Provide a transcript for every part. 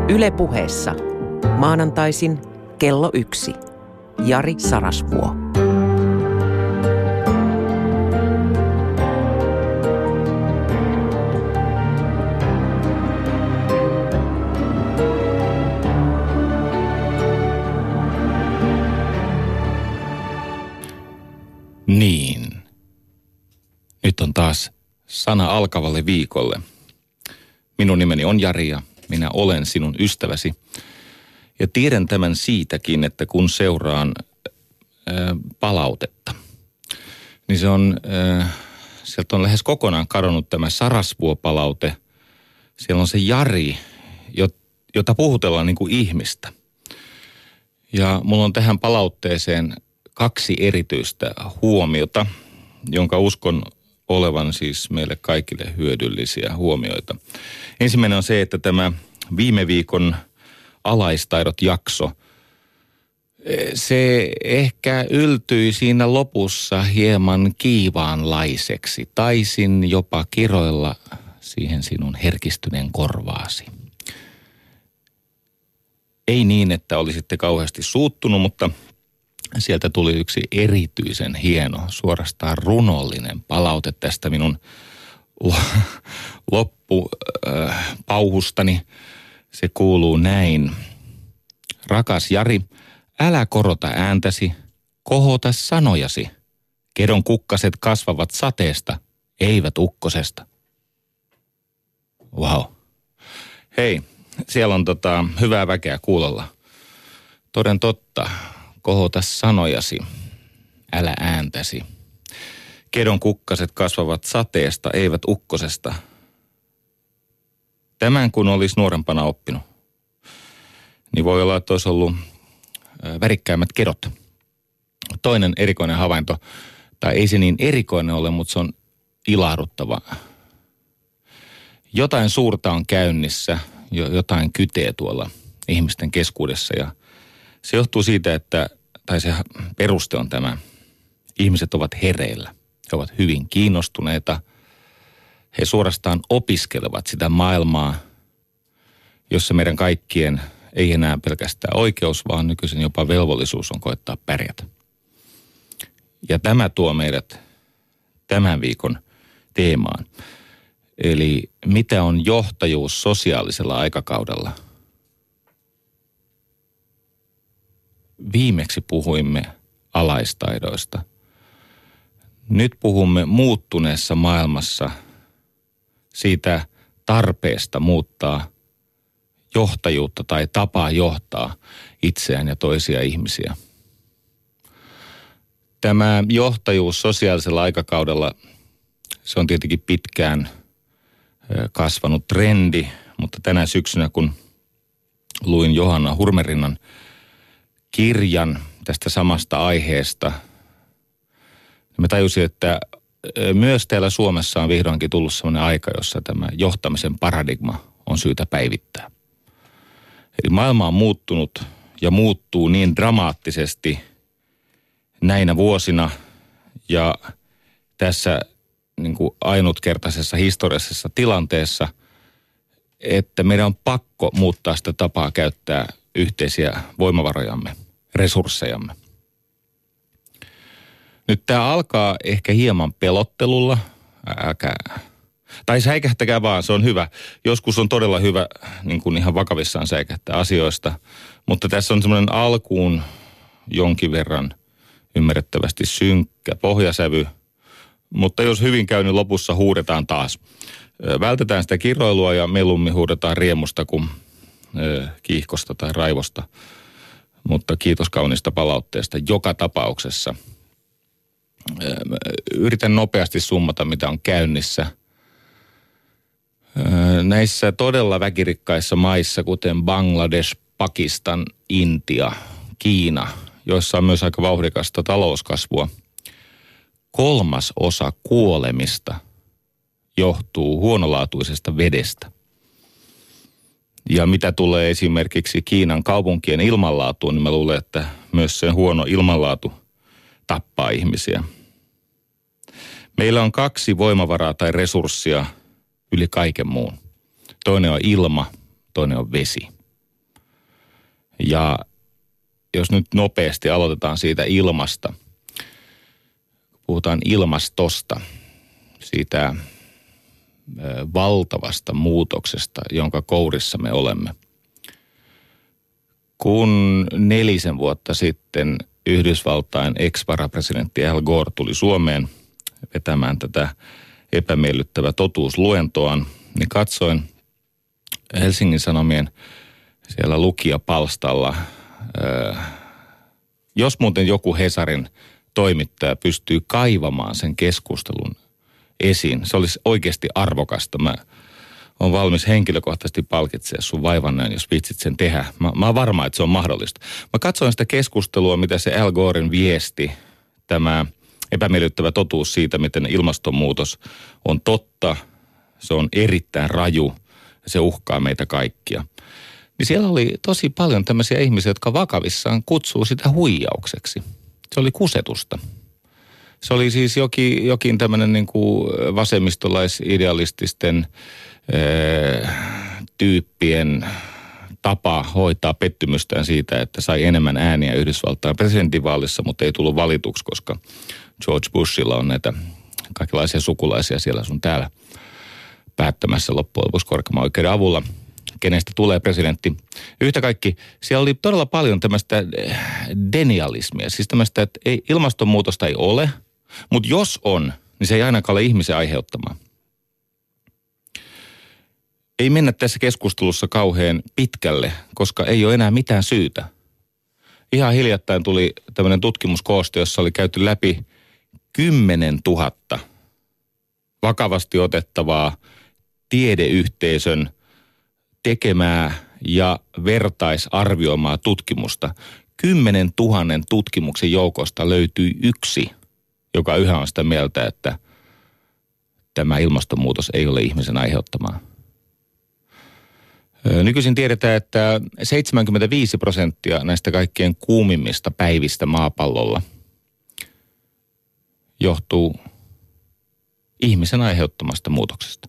Yle Puheessa. Maanantaisin kello 1. Jari Sarasvuo. Niin. Nyt on taas sana alkavalle viikolle. Minun nimeni on Jari ja minä olen sinun ystäväsi. Ja tiedän tämän siitäkin, että kun seuraan palautetta, niin se on, sieltä on lähes kokonaan kadonnut tämä Sarasvuo-palaute. Siellä on se Jari, jota puhutellaan niin kuin ihmistä. Ja mulla on tähän palautteeseen 2 erityistä huomiota, jonka uskon olevan siis meille kaikille hyödyllisiä huomioita. Ensimmäinen on se, että tämä viime viikon alaistaidot-jakso, se ehkä yltyi siinä lopussa hieman kiivaanlaiseksi. Taisin jopa kiroilla siihen sinun herkistyneen korvaasi. Ei niin, että olisitte kauheasti suuttunut, mutta sieltä tuli yksi erityisen hieno, suorastaan runollinen palaute tästä minun loppupauhustani. Se kuuluu näin. Rakas Jari, älä korota ääntäsi, kohota sanojasi. Kedon kukkaset kasvavat sateesta, eivät ukkosesta. Vau. Wow. Hei, siellä on hyvää väkeä kuulolla. Toden totta. Kohota sanojasi, älä ääntäsi. Kedon kukkaset kasvavat sateesta, eivät ukkosesta. Tämän kun olisi nuorempana oppinut, niin voi olla, että olisi ollut värikkäimmät kedot. Toinen erikoinen havainto, tai ei se niin erikoinen ole, mutta se on ilahduttava. Jotain suurta on käynnissä, jotain kytee tuolla ihmisten keskuudessa ja se johtuu siitä, tai se peruste on tämä, ihmiset ovat hereillä. He ovat hyvin kiinnostuneita. He suorastaan opiskelevat sitä maailmaa, jossa meidän kaikkien ei enää pelkästään oikeus, vaan nykyisin jopa velvollisuus on koettaa pärjätä. Ja tämä tuo meidät tämän viikon teemaan. Eli mitä on johtajuus sosiaalisella aikakaudella? Viimeksi puhuimme alaistaidoista. Nyt puhumme muuttuneessa maailmassa siitä tarpeesta muuttaa johtajuutta tai tapaa johtaa itseään ja toisia ihmisiä. Tämä johtajuus sosiaalisella aikakaudella, se on tietenkin pitkään kasvanut trendi, mutta tänä syksynä kun luin Johanna Hurmerinnan kirjan tästä samasta aiheesta, niin mä tajusin, että myös täällä Suomessa on vihdoinkin tullut sellainen aika, jossa tämä johtamisen paradigma on syytä päivittää. Eli maailma on muuttunut ja muuttuu niin dramaattisesti näinä vuosina ja tässä niin kuin ainutkertaisessa historiallisessa tilanteessa, että meidän on pakko muuttaa sitä tapaa käyttää yhteisiä voimavarojamme, resurssejamme. Nyt tämä alkaa ehkä hieman pelottelulla. Tai säikähtäkää vaan, se on hyvä. Joskus on todella hyvä niin kuin ihan vakavissaan säikähtää asioista. Mutta tässä on semmoinen alkuun jonkin verran ymmärrettävästi synkkä pohjasävy. Mutta jos hyvin käy, niin lopussa huudetaan taas. Vältetään sitä kiroilua ja mieluummin huudetaan riemusta kuin kiihkosta tai raivosta. Mutta kiitos kaunista palautteesta joka tapauksessa. Yritän nopeasti summata, mitä on käynnissä. Näissä todella väkirikkaissa maissa, kuten Bangladesh, Pakistan, Intia, Kiina, joissa on myös aika vauhdikasta talouskasvua, 1/3 kuolemista johtuu huonolaatuisesta vedestä. Ja mitä tulee esimerkiksi Kiinan kaupunkien ilmanlaatuun, niin mä luulen, että myös se huono ilmanlaatu tappaa ihmisiä. Meillä on 2 voimavaraa tai resurssia yli kaiken muun. Toinen on ilma, toinen on vesi. Ja jos nyt nopeasti aloitetaan siitä ilmasta, puhutaan ilmastosta, siitä valtavasta muutoksesta, jonka kourissa me olemme. Kun 4 vuotta sitten Yhdysvaltain ex-varapresidentti Al Gore tuli Suomeen vetämään tätä epämiellyttävää totuusluentoaan, niin katsoin Helsingin Sanomien siellä lukijapalstalla, jos muuten joku Hesarin toimittaja pystyy kaivamaan sen keskustelun esiin, se olisi oikeasti arvokasta. Mä oon valmis henkilökohtaisesti palkitsemaan sun vaivanneen, jos vitsit sen tehdä. Mä oon varma, että se on mahdollista. Mä katsoin sitä keskustelua, mitä se Al Goren viesti, tämä epämiellyttävä totuus siitä, miten ilmastonmuutos on totta, se on erittäin raju ja se uhkaa meitä kaikkia. Niin siellä oli tosi paljon tämmöisiä ihmisiä, jotka vakavissaan kutsuu sitä huijaukseksi. Se oli kusetusta. Se oli siis jokin tämmöinen niin kuin vasemmistolais-idealististen tyyppien tapa hoitaa pettymystään siitä, että sai enemmän ääniä Yhdysvaltain presidentinvaalissa, mutta ei tullut valituksi, koska George Bushilla on näitä kaikenlaisia sukulaisia siellä sun täällä päättämässä loppujen lopuksi korkeamman oikeuden avulla, kenestä tulee presidentti. Yhtä kaikki, siellä oli todella paljon tämmöistä denialismia, siis tämmöistä, että ilmastonmuutosta ei ole, mutta jos on, niin se ei ainakaan ole ihmisen aiheuttamaa. Ei mennä tässä keskustelussa kauhean pitkälle, koska ei ole enää mitään syytä. Ihan hiljattain tuli tämmöinen tutkimuskooste, jossa oli käyty läpi 10 000 vakavasti otettavaa tiedeyhteisön tekemää ja vertaisarvioimaa tutkimusta. 10 000 tutkimuksen joukosta löytyi yksi, joka yhä on sitä mieltä, että tämä ilmastonmuutos ei ole ihmisen aiheuttamaa. Nykyisin tiedetään, että 75% näistä kaikkien kuumimmista päivistä maapallolla johtuu ihmisen aiheuttamasta muutoksesta.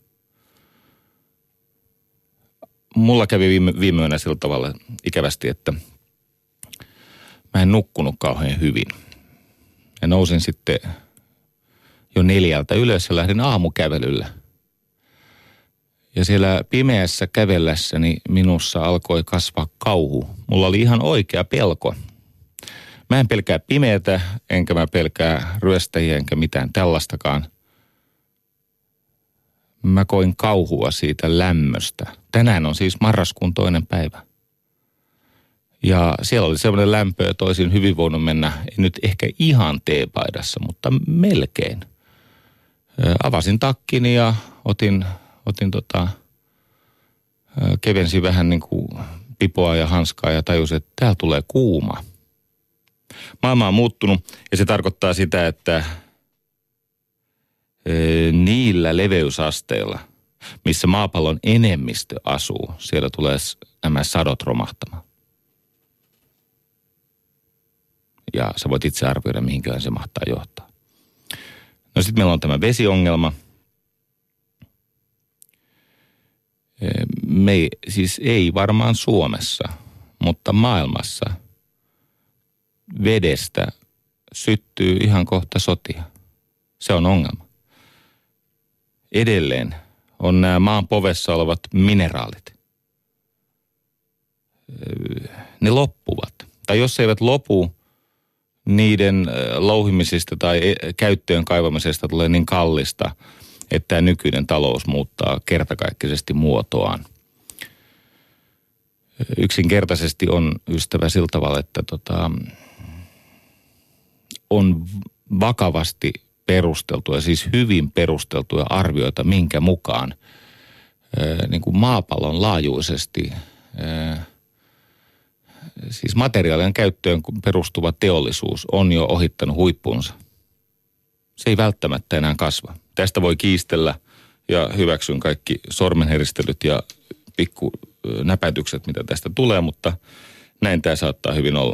Mulla kävi viime yönä sillä tavalla ikävästi, että mä en nukkunut kauhean hyvin. Ja nousin sitten jo 4 ylös ja lähdin aamukävelylle. Ja siellä pimeässä kävellessäni minussa alkoi kasvaa kauhu. Mulla oli ihan oikea pelko. Mä en pelkää pimeätä, enkä mä pelkää ryöstäjiä, enkä mitään tällaistakaan. Mä koin kauhua siitä lämmöstä. Tänään on siis marraskuun 2. päivä. Ja siellä oli semmoinen lämpö, että olisin hyvin voinut mennä, ei nyt ehkä ihan teepaidassa, mutta melkein. Avasin takkini ja kevensin vähän niin kuin pipoa ja hanskaa ja tajusin, että täällä tulee kuuma. Maailma on muuttunut ja se tarkoittaa sitä, että niillä leveysasteilla, missä maapallon enemmistö asuu, siellä tulee nämä sadot romahtamaan. Ja sä voit itse arvioida, mihinkään se mahtaa johtaa. No sitten meillä on tämä vesiongelma. Siis ei varmaan Suomessa, mutta maailmassa vedestä syttyy ihan kohta sotia. Se on ongelma. Edelleen on nämä maan povessa olevat mineraalit. Ne loppuvat. Tai jos eivät lopu, niiden louhimisesta tai käyttöön kaivamisesta tulee niin kallista, että tämä nykyinen talous muuttaa kertakaikkisesti muotoaan. Yksinkertaisesti on ystävä sillä tavalla, että on vakavasti perusteltuja, siis hyvin perusteltuja arvioita, minkä mukaan niin kuin maapallon laajuisesti siis materiaalien käyttöön perustuva teollisuus on jo ohittanut huippunsa. Se ei välttämättä enää kasva. Tästä voi kiistellä ja hyväksyn kaikki sormenheristelyt ja pikku näpätykset, mitä tästä tulee, mutta näin tämä saattaa hyvin olla.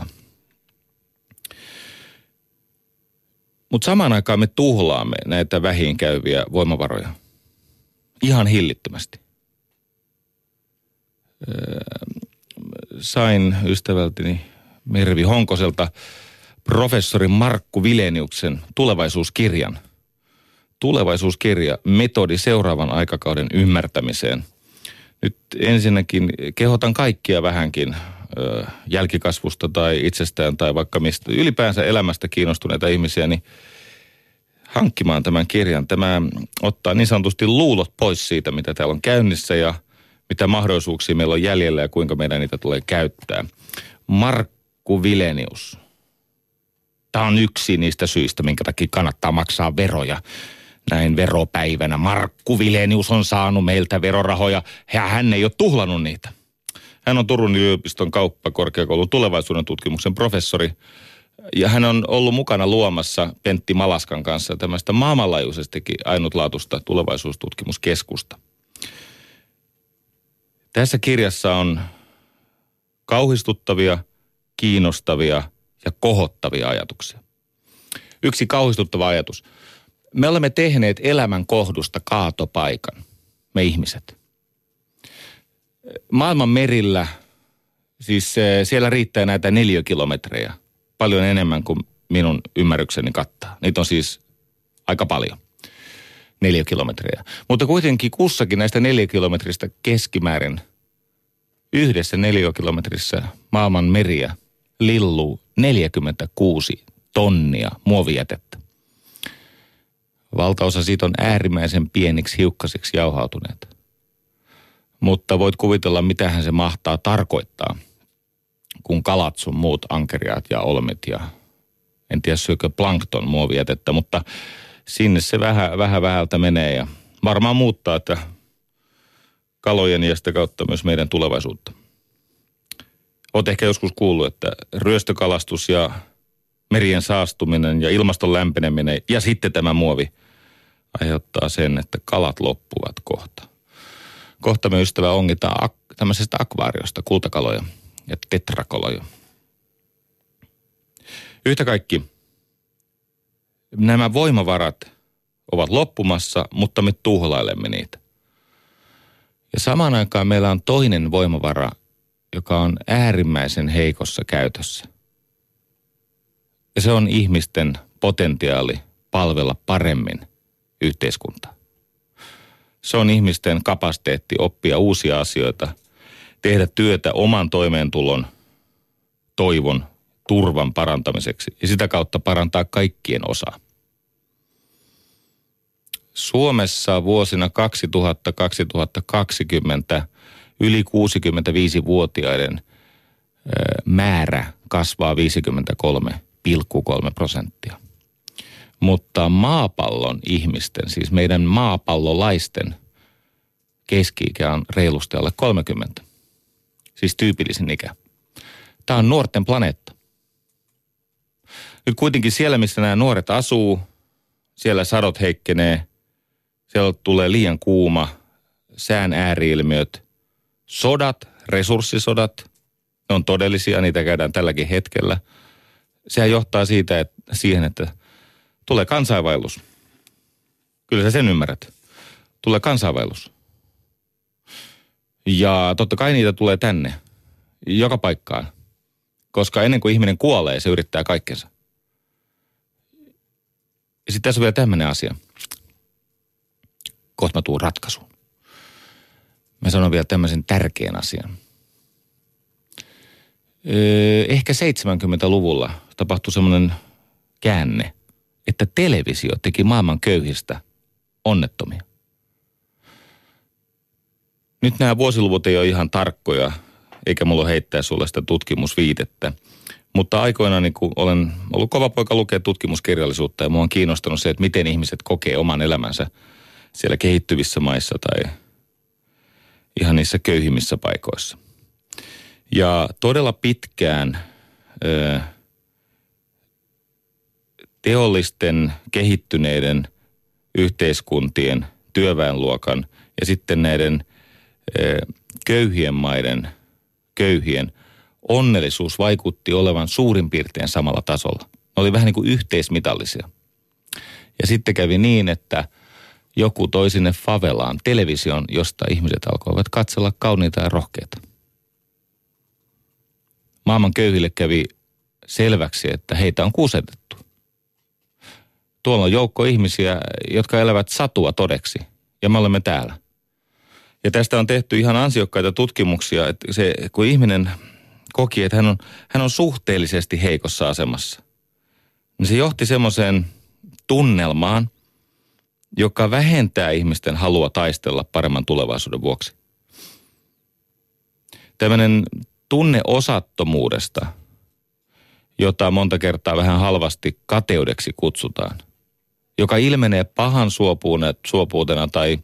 Mutta samaan aikaan me tuhlaamme näitä vähiin käyviä voimavaroja ihan hillittömästi. sain ystävältini Mervi Honkoselta professori Markku Vileniuksen tulevaisuuskirjan. Tulevaisuuskirja, metodi seuraavan aikakauden ymmärtämiseen. Nyt ensinnäkin kehotan kaikkia vähänkin jälkikasvusta tai itsestään tai vaikka mistä ylipäänsä elämästä kiinnostuneita ihmisiä, niin hankkimaan tämän kirjan. Tämä ottaa niin sanotusti luulot pois siitä, mitä täällä on käynnissä ja mitä mahdollisuuksia meillä on jäljellä ja kuinka meidän niitä tulee käyttää. Markku Vilenius. Tämä on yksi niistä syistä, minkä takia kannattaa maksaa veroja. Näin veropäivänä Markku Vilenius on saanut meiltä verorahoja ja hän ei ole tuhlannut niitä. Hän on Turun yliopiston kauppakorkeakoulun tulevaisuuden tutkimuksen professori ja hän on ollut mukana luomassa Pentti Malaskan kanssa tämmöistä maailmanlaajuisestikin ainutlaatuista tulevaisuustutkimuskeskusta. Tässä kirjassa on kauhistuttavia, kiinnostavia ja kohottavia ajatuksia. Yksi kauhistuttava ajatus. Me olemme tehneet elämän kohdusta kaatopaikan, me ihmiset. Maailman merillä, siis siellä riittää näitä neliökilometrejä, paljon enemmän kuin minun ymmärrykseni kattaa. Niitä on siis aika paljon, 4 kilometriä. Mutta kuitenkin kussakin näistä 4 kilometristä keskimäärin yhdessä 4 kilometrissä maailman meriä lilluu 46 tonnia muovijätettä. Valtaosa siitä on äärimmäisen pieniksi hiukkasiksi jauhautuneet. Mutta voit kuvitella, mitähän se mahtaa tarkoittaa, kun kalat sun muut ankeriaat ja olmet ja en tiedä syökö plankton muovijätettä, mutta sinne se vähän vähältä menee ja varmaan muuttaa, että kalojen ja sitä kautta myös meidän tulevaisuutta. Olet ehkä joskus kuullut, että ryöstökalastus ja merien saastuminen ja ilmaston lämpeneminen ja sitten tämä muovi aiheuttaa sen, että kalat loppuvat kohta. Kohta me ystävä ongitaan tämmöisestä akvaariosta kultakaloja ja tetrakoloja. Yhtä kaikki nämä voimavarat ovat loppumassa, mutta me tuhlailemme niitä. Ja samaan aikaan meillä on toinen voimavara, joka on äärimmäisen heikossa käytössä. Ja se on ihmisten potentiaali palvella paremmin yhteiskuntaa. Se on ihmisten kapasiteetti oppia uusia asioita, tehdä työtä oman toimeentulon, toivon, turvan parantamiseksi ja sitä kautta parantaa kaikkien osaa. Suomessa vuosina 2000-2020 yli 65-vuotiaiden määrä kasvaa 53,3%. Mutta maapallon ihmisten, siis meidän maapallolaisten keski-ikä on reilusti alle 30. Siis tyypillisin ikä. Tämä on nuorten planeetta. Nyt kuitenkin siellä, missä nämä nuoret asuu, siellä sadot heikkenee, siellä tulee liian kuuma, sään ääriilmiöt, sodat, resurssisodat, ne on todellisia, niitä käydään tälläkin hetkellä. Sehän johtaa siihen, että tulee kansainvaellus. Kyllä sä sen ymmärrät. Tulee kansainvaellus. Ja totta kai niitä tulee tänne, joka paikkaan. Koska ennen kuin ihminen kuolee, se yrittää kaikkensa. Ja sitten tässä on vielä tämmöinen asia. Kohta mä tuun ratkaisuun. Mä sanon vielä tämmöisen tärkeän asian. Ehkä 70-luvulla tapahtui semmoinen käänne, että televisio teki maailman köyhistä onnettomia. Nyt nämä vuosiluvut ei ole ihan tarkkoja, eikä mulla ole heittää sulle sitä tutkimusviitettä. Mutta aikoinaan niin kun olen ollut kova poika lukea tutkimuskirjallisuutta ja mua on kiinnostanut se, että miten ihmiset kokee oman elämänsä siellä kehittyvissä maissa tai ihan niissä köyhimmissä paikoissa. Ja todella pitkään teollisten, kehittyneiden yhteiskuntien, työväenluokan ja sitten näiden köyhien maiden köyhien onnellisuus vaikutti olevan suurin piirtein samalla tasolla. Ne oli vähän niin kuin yhteismitallisia. Ja sitten kävi niin, että joku toi sinne favelaan television, josta ihmiset alkoivat katsella kauniita ja rohkeita. maailman köyhille kävi selväksi, että heitä on kusetettu. Tuolla on joukko ihmisiä, jotka elävät satua todeksi, ja me olemme täällä. Ja tästä on tehty ihan ansiokkaita tutkimuksia, että se, kun ihminen koki, että hän on suhteellisesti heikossa asemassa, niin se johti semmoiseen tunnelmaan, joka vähentää ihmisten halua taistella paremman tulevaisuuden vuoksi. Tällainen tunne osattomuudesta, jota monta kertaa vähän halvasti kateudeksi kutsutaan, joka ilmenee pahan suopuutena tai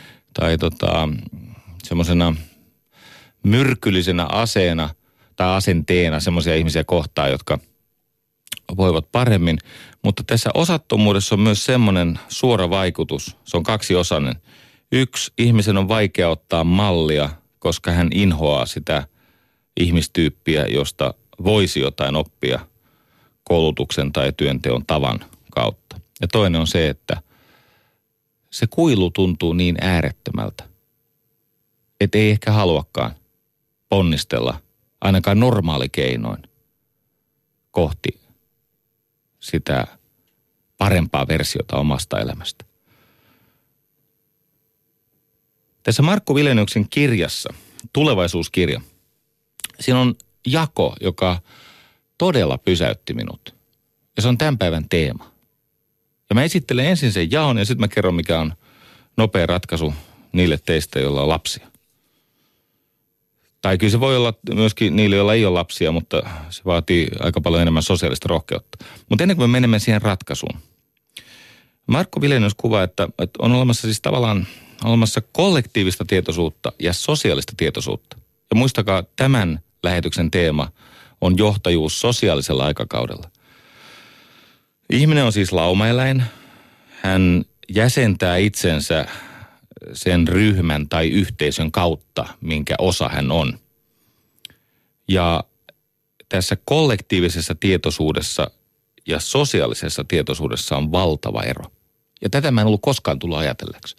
semmoisena myrkyllisenä aseena tai asenteena semmoisia ihmisiä kohtaan, jotka voivat paremmin. Mutta tässä osattomuudessa on myös semmoinen suora vaikutus. Se on kaksiosainen. Yksi, ihmisen on vaikea ottaa mallia, koska hän inhoaa sitä ihmistyyppiä, josta voisi jotain oppia koulutuksen tai työnteon tavan kautta. Ja toinen on se, että se kuilu tuntuu niin äärettömältä, että ei ehkä haluakaan ponnistella ainakaan normaalikeinoin kohti sitä parempaa versiota omasta elämästä. Tässä Markku Wileniuksen kirjassa, tulevaisuuskirja, siinä on jako, joka todella pysäytti minut. Ja se on tämän päivän teema. Ja mä esittelen ensin sen jaon ja sitten mä kerron, mikä on nopea ratkaisu niille teistä, joilla on lapsia. Tai kyllä se voi olla myöskin niille, joilla ei ole lapsia, mutta se vaatii aika paljon enemmän sosiaalista rohkeutta. Mutta ennen kuin me menemme siihen ratkaisuun. Markku Wilenius kuvaa, että on olemassa siis tavallaan olemassa kollektiivista tietoisuutta ja sosiaalista tietoisuutta. Ja muistakaa, tämän lähetyksen teema on johtajuus sosiaalisella aikakaudella. Ihminen on siis laumaeläin. Hän jäsentää itsensä sen ryhmän tai yhteisön kautta, minkä osa hän on. Ja tässä kollektiivisessa tietoisuudessa ja sosiaalisessa tietoisuudessa on valtava ero. Ja tätä mä en ollut koskaan tullut ajatelleeksi.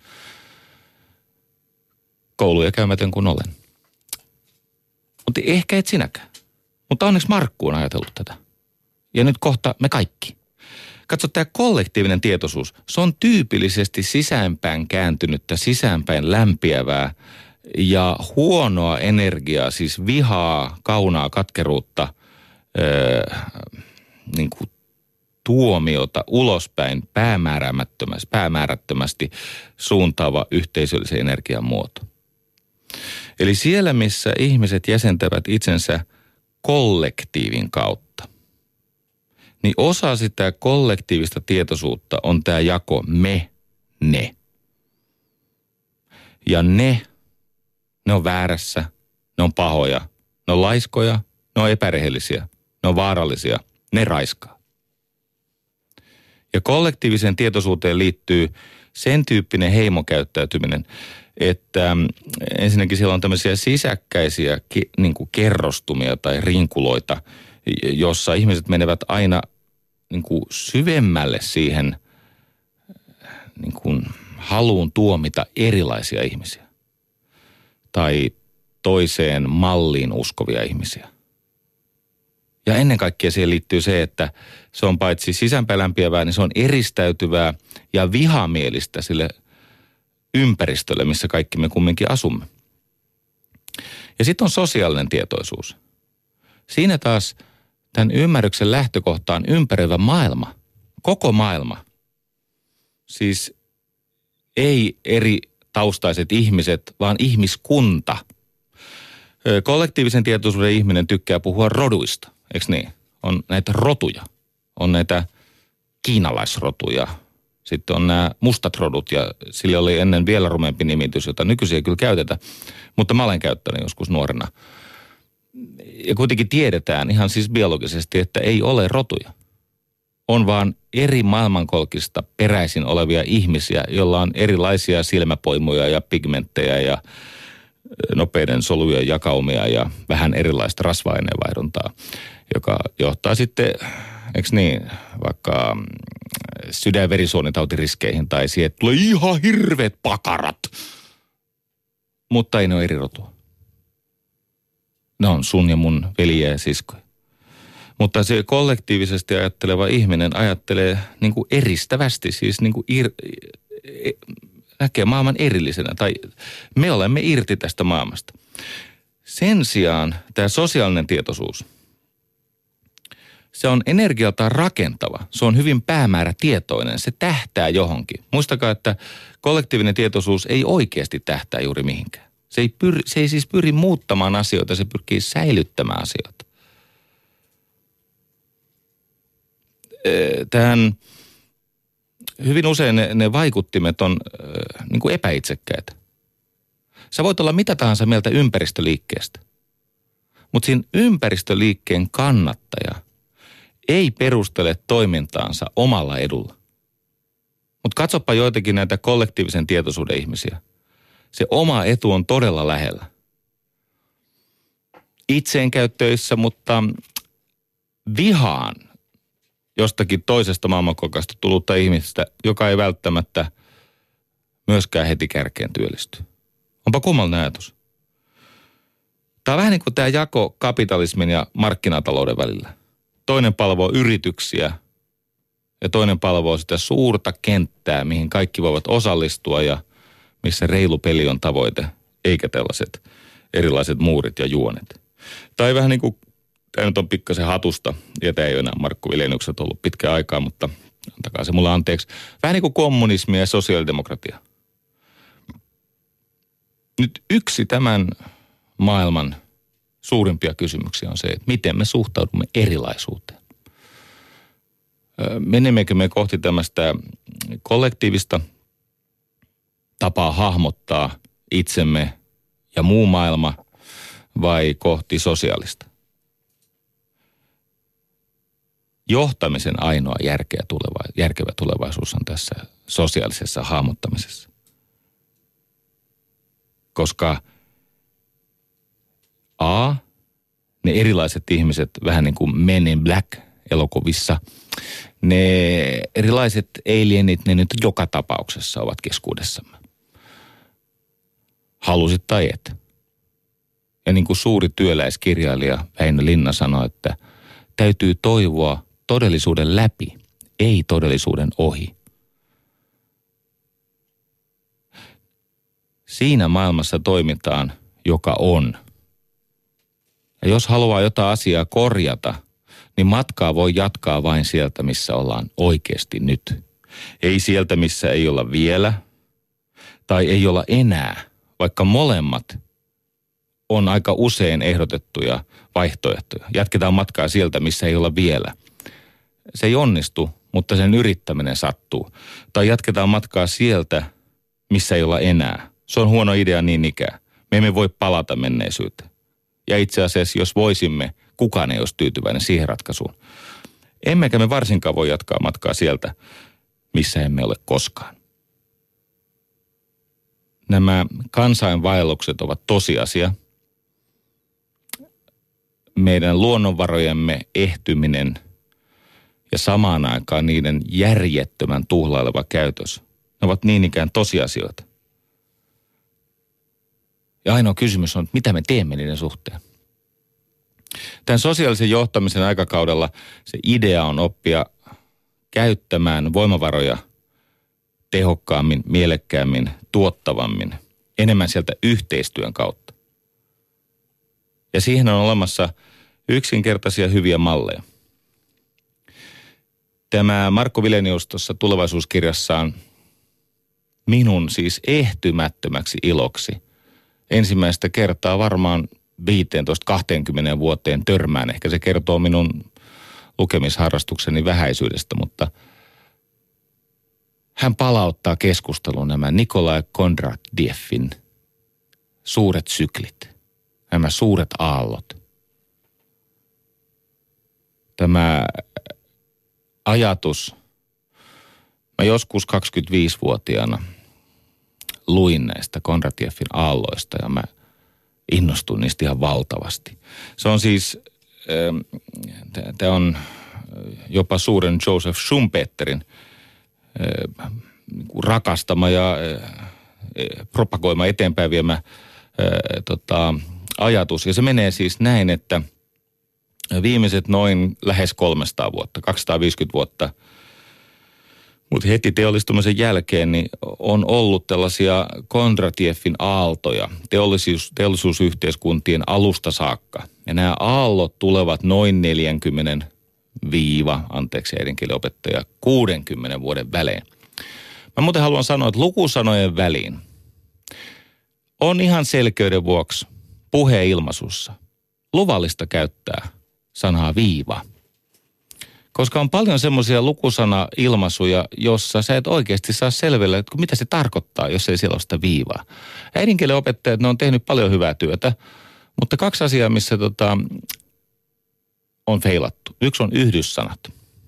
Kouluja käymätön kuin olen. Mutta ehkä et sinäkään. Mutta onneksi Markku on ajatellut tätä. Ja nyt kohta me kaikki. Katso, tämä kollektiivinen tietoisuus, se on tyypillisesti sisäänpäin kääntynyttä, sisäänpäin lämpiävää ja huonoa energiaa, siis vihaa, kaunaa, katkeruutta, niin kuin tuomiota ulospäin päämäärättömästi suuntaava yhteisöllisen energian muoto. Eli siellä, missä ihmiset jäsentävät itsensä kollektiivin kautta, niin osa sitä kollektiivista tietoisuutta on tämä jako me, ne. Ja ne on väärässä, ne on pahoja, ne on laiskoja, ne on epärehellisiä, ne on vaarallisia, ne raiskaa. Ja kollektiiviseen tietoisuuteen liittyy sen tyyppinen heimokäyttäytyminen, että ensinnäkin siellä on tämmöisiä sisäkkäisiä niin kuin kerrostumia tai rinkuloita, jossa ihmiset menevät aina niin kuin syvemmälle siihen niin kuin haluun tuomita erilaisia ihmisiä tai toiseen malliin uskovia ihmisiä. Ja ennen kaikkea siihen liittyy se, että se on paitsi sisäänpäin lämpiävää, niin se on eristäytyvää ja vihamielistä sille ympäristölle, missä kaikki me kumminkin asumme. Ja sitten on sosiaalinen tietoisuus. Siinä taas tämän ymmärryksen lähtökohta on ympäröivä maailma, koko maailma. Siis ei eri taustaiset ihmiset, vaan ihmiskunta. Kollektiivisen tietoisuuden ihminen tykkää puhua roduista, eikö niin? On näitä rotuja, on näitä kiinalaisrotuja, sitten on nämä mustat rodut ja sillä oli ennen vielä rumempi nimitys, jota nykyisin ei kyllä käytetä, mutta mä olen käyttänyt joskus nuorena. Ja kuitenkin tiedetään ihan siis biologisesti, että ei ole rotuja. On vaan eri maailmankolkista peräisin olevia ihmisiä, joilla on erilaisia silmäpoimuja ja pigmenttejä ja nopeiden solujen jakaumia ja vähän erilaista rasva-aineenvaihduntaa, joka johtaa sitten, eikö niin, vaikka sydän- ja verisuonitautiriskeihin tai siihen, että tulee ihan hirveät pakarat, mutta ei ne ole eri rotua. Ne on sun ja mun veljiä ja siskoja. Mutta se kollektiivisesti ajatteleva ihminen ajattelee niin kuin eristävästi, siis niin kuin näkee maailman erillisenä. Tai me olemme irti tästä maailmasta. Sen sijaan tämä sosiaalinen tietoisuus, se on energialtaan rakentava. Se on hyvin päämäärätietoinen. Se tähtää johonkin. Muistakaa, että kollektiivinen tietoisuus ei oikeasti tähtää juuri mihinkään. Se ei siis pyri muuttamaan asioita, se pyrkii säilyttämään asioita. Tähän hyvin usein ne vaikuttimet on niin kuin epäitsekkäitä. Sä voit olla mitä tahansa mieltä ympäristöliikkeestä, mutta siinä ympäristöliikkeen kannattaja ei perustele toimintaansa omalla edulla. Mutta katsoppa joitakin näitä kollektiivisen tietoisuuden ihmisiä. Se oma etu on todella lähellä. Itseen käy töissä, mutta vihaan jostakin toisesta maailmankolkasta tullutta ihmistä, joka ei välttämättä myöskään heti kärkeen työllisty. Onpa kummallinen ajatus. Tämä on vähän niin kuin tämä jako kapitalismin ja markkinatalouden välillä. Toinen palvoo yrityksiä ja toinen palvoo sitä suurta kenttää, mihin kaikki voivat osallistua ja missä reilu peli on tavoite, eikä tällaiset erilaiset muurit ja juonet. Tai vähän niin kuin, tämä nyt on pikkasen hatusta, ja tämä ei ole enää Markku Vileniukset ollut pitkään aikaa, mutta antakaa se mulle anteeksi. Vähän niin kuin kommunismi ja sosiaalidemokratia. Nyt yksi tämän maailman suurimpia kysymyksiä on se, että miten me suhtaudumme erilaisuuteen. Menemmekö me kohti tämmöistä kollektiivista tapaa hahmottaa itsemme ja muu maailma vai kohti sosiaalista? Johtamisen ainoa järkevä tulevaisuus on tässä sosiaalisessa hahmottamisessa. Koska ne erilaiset ihmiset, vähän niin kuin Men in Black-elokuvissa, ne erilaiset alienit, ne nyt joka tapauksessa ovat keskuudessamme. Halusit tai et. Ja niin kuin suuri työläiskirjailija Väinö Linna sanoi, että täytyy toivoa todellisuuden läpi, ei todellisuuden ohi. Siinä maailmassa toimitaan, joka on. Ja jos haluaa jotain asiaa korjata, niin matkaa voi jatkaa vain sieltä, missä ollaan oikeasti nyt. Ei sieltä, missä ei olla vielä, tai ei olla enää, vaikka molemmat on aika usein ehdotettuja vaihtoehtoja. Jatketaan matkaa sieltä, missä ei olla vielä. Se ei onnistu, mutta sen yrittäminen sattuu. Tai jatketaan matkaa sieltä, missä ei olla enää. Se on huono idea niin ikään. Me emme voi palata menneisyyteen. Ja itse asiassa, jos voisimme, kukaan ei olisi tyytyväinen siihen ratkaisuun. Emmekä me varsinkaan voi jatkaa matkaa sieltä, missä emme ole koskaan. Nämä kansainvaellukset ovat tosiasia. Meidän luonnonvarojemme ehtyminen ja samaan aikaan niiden järjettömän tuhlaileva käytös, ne ovat niin ikään tosiasioita. Ja ainoa kysymys on, että mitä me teemme niiden suhteen. Tämän sosiaalisen johtamisen aikakaudella se idea on oppia käyttämään voimavaroja tehokkaammin, mielekkäämmin, tuottavammin, enemmän sieltä yhteistyön kautta. Ja siihen on olemassa yksinkertaisia hyviä malleja. Tämä Markku Vilenius tuossa tulevaisuuskirjassaan minun siis ehtymättömäksi iloksi ensimmäistä kertaa varmaan 15-20 vuoteen törmään. Ehkä se kertoo minun lukemisharrastukseni vähäisyydestä, mutta hän palauttaa keskusteluun nämä Nikolai Kondratievin suuret syklit, nämä suuret aallot. Tämä ajatus, mä joskus 25-vuotiaana luin näistä Kondratievin aalloista ja mä innostuin niistä ihan valtavasti. Se on siis, tämä on jopa suuren Joseph Schumpeterin rakkastama ja propagoima eteenpäin viemä ajatus. Ja se menee siis näin, että viimeiset noin lähes 300 vuotta, 250 vuotta, mutta heti teollistumisen jälkeen niin on ollut tällaisia Kondratieffin aaltoja teollisuusyhteiskuntien alusta saakka. Ja nämä aallot tulevat noin 60 vuoden välein. Mä muuten haluan sanoa, että lukusanojen väliin on ihan selkeyden vuoksi puheilmaisussa luvallista käyttää sanaa viiva. Koska on paljon semmoisia lukusana-ilmaisuja, jossa sä et oikeasti saa selville, että mitä se tarkoittaa, jos ei siellä ole sitä viivaa. Äidinkielen opettajat, ne on tehnyt paljon hyvää työtä, mutta 2 asiaa, missä on feilattu. 1 on yhdyssanat.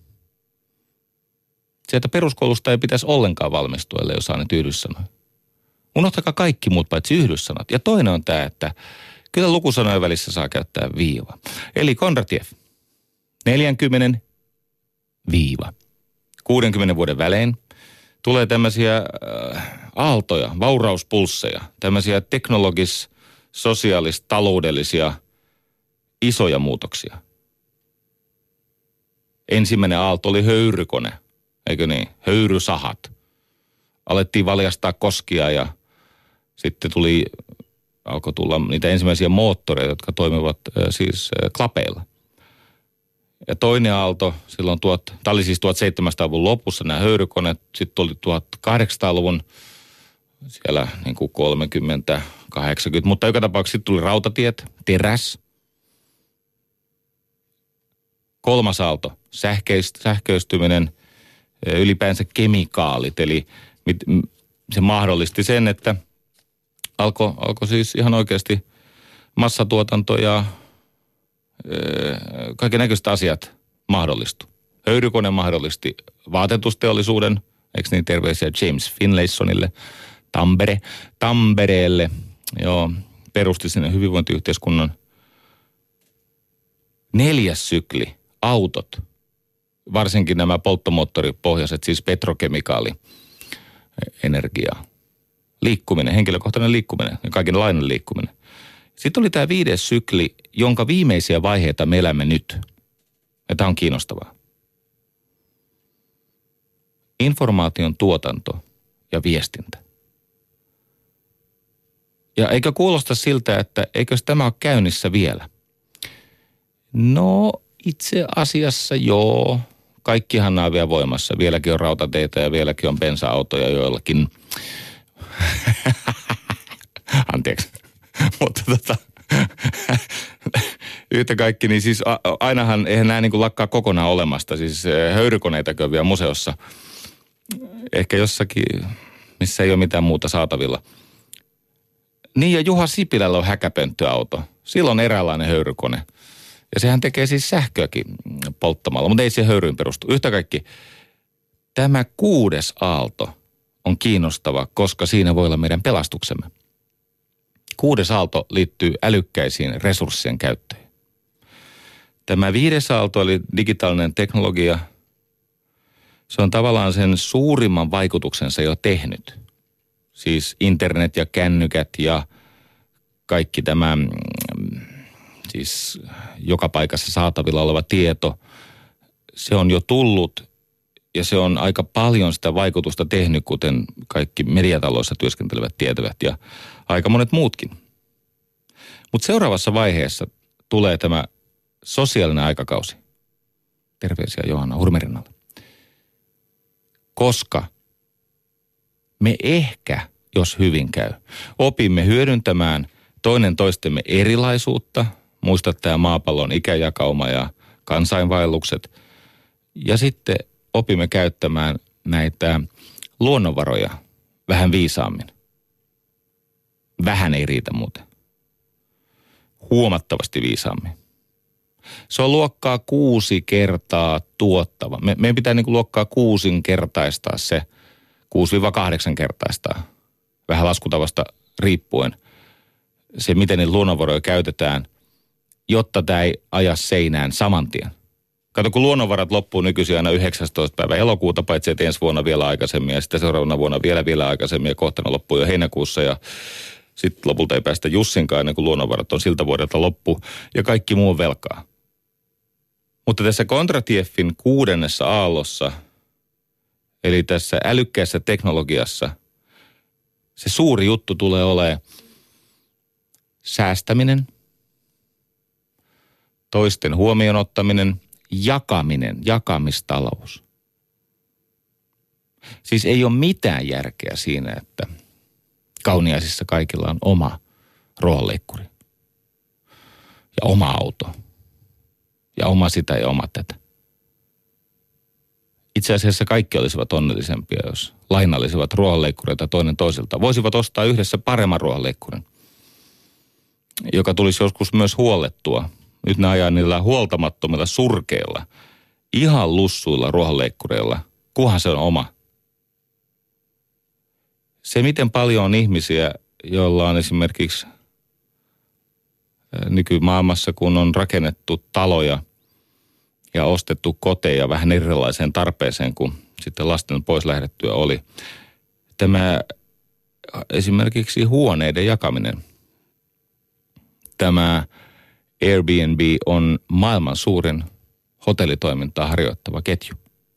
Sieltä peruskoulusta ei pitäisi ollenkaan valmistua, ellei osaa nyt yhdyssanoja. Unohtakaa kaikki muut paitsi yhdyssanat. Ja toinen on tämä, että kyllä lukusanojen välissä saa käyttää viiva. Eli Kondratiev, 40 viiva. 60 vuoden välein tulee tämmöisiä aaltoja, vaurauspulsseja, tämmöisiä teknologis-sosiaalis-taloudellisia isoja muutoksia. Ensimmäinen aalto oli höyrykone, eikö niin? Höyrysahat. Alettiin valjastaa koskia ja sitten alkoi tulla niitä ensimmäisiä moottoreita, jotka toimivat siis klapeilla. Ja toinen aalto, silloin tämä oli siis 1700-luvun lopussa nämä höyrykoneet, sitten oli 1800-luvun siellä niin kuin 30, 80, mutta joka tapauksessa sitten tuli rautatiet, teräs. 3. aalto, sähköistyminen, ylipäänsä kemikaalit, eli se mahdollisti sen, että alkoi siis ihan oikeasti massatuotanto ja kaiken näköiset asiat mahdollistu. Höyrykone mahdollisti vaatetusteollisuuden, eikö niin, terveisiä James Finlaysonille, Tampereelle, joo, perusti sinne hyvinvointiyhteiskunnan. 4. sykli, autot, varsinkin nämä polttomoottoripohjaiset, siis petrokemikaali-energia, liikkuminen, henkilökohtainen liikkuminen ja kaikenlainen liikkuminen. Sitten oli tämä 5. sykli, jonka viimeisiä vaiheita me elämme nyt. Ja tämä on kiinnostavaa. Informaation tuotanto ja viestintä. Ja eikö kuulosta siltä, että eikös tämä ole käynnissä vielä? No itse asiassa joo. Kaikkihan nämä on vielä voimassa. Vieläkin on rautateitä ja vieläkin on bensa-autoja joillakin. Anteeksi. Mutta yhtä kaikki, niin siis ainahan eihän nämä niin kuin lakkaa kokonaan olemasta. Siis höyrykoneitakin on vielä museossa. Ehkä jossakin, missä ei ole mitään muuta saatavilla. Niin ja Juha Sipilällä on häkäpönttöauto. Sillä on eräänlainen höyrykone. Ja sehän tekee siis sähköäkin polttamalla, mutta ei se höyryyn perustu. Yhtä kaikki, tämä 6. aalto on kiinnostava, koska siinä voi olla meidän pelastuksemme. 6. aalto liittyy älykkäisiin resurssien käyttöön. Tämä 5. aalto eli digitaalinen teknologia, se on tavallaan sen suurimman vaikutuksensa jo tehnyt. Siis internet ja kännykät ja kaikki tämä siis joka paikassa saatavilla oleva tieto, se on jo tullut ja se on aika paljon sitä vaikutusta tehnyt, kuten kaikki mediataloissa työskentelevät tietävät ja aika monet muutkin. Mutta seuraavassa vaiheessa tulee tämä sosiaalinen aikakausi. Terveisiä Johanna Hurmerinnalle. Koska me ehkä, jos hyvin käy, opimme hyödyntämään toinen toistemme erilaisuutta. Muista tämä maapallon ikäjakauma ja kansainvaellukset. Ja sitten opimme käyttämään näitä luonnonvaroja vähän viisaammin. Vähän ei riitä muuten. Huomattavasti viisaammin. Se on luokkaa 6 kertaa tuottava. Meidän pitää niin kuin luokkaa 6-kertaistaa se, 6-8 kertaistaa. Vähän laskutavasta riippuen. Se, miten niitä luonnonvaroja käytetään, jotta tämä ei aja seinään saman tien. Kato, kun luonnonvarat loppuu nykyisin aina 19. päivä elokuuta, paitsi että ensi vuonna vielä aikaisemmin ja sitten seuraavana vuonna vielä aikaisemmin ja kohta ne loppuu jo heinäkuussa ja Sitten lopulta ei päästä Jussinkaan ennen kuin luonnonvarat on siltä vuodelta loppu ja kaikki muu on velkaa. Mutta tässä Kondratieffin 6. aallossa, eli tässä älykkäässä teknologiassa, se suuri juttu tulee olemaan säästäminen, toisten huomioon ottaminen, jakamistalous. Siis ei ole mitään järkeä siinä, että Kauniaisissa kaikilla on oma ruohonleikkuri ja oma auto ja oma sitä ja oma tätä. Itse asiassa kaikki olisivat onnellisempia, jos lainallisivat ruohonleikkureita toinen toisilta. Voisivat ostaa yhdessä paremman ruohonleikkurin, joka tulisi joskus myös huollettua. Nyt ne ajaa niillä huoltamattomilla surkeilla, ihan lussuilla ruohonleikkureilla, kunhan se on oma. Se, miten paljon on ihmisiä, joilla on esimerkiksi nykymaailmassa, kun on rakennettu taloja ja ostettu koteja vähän erilaiseen tarpeeseen kuin sitten lasten pois lähdettyä oli. Tämä esimerkiksi huoneiden jakaminen. Tämä Airbnb on maailman suurin hotellitoimintaa harjoittava ketju.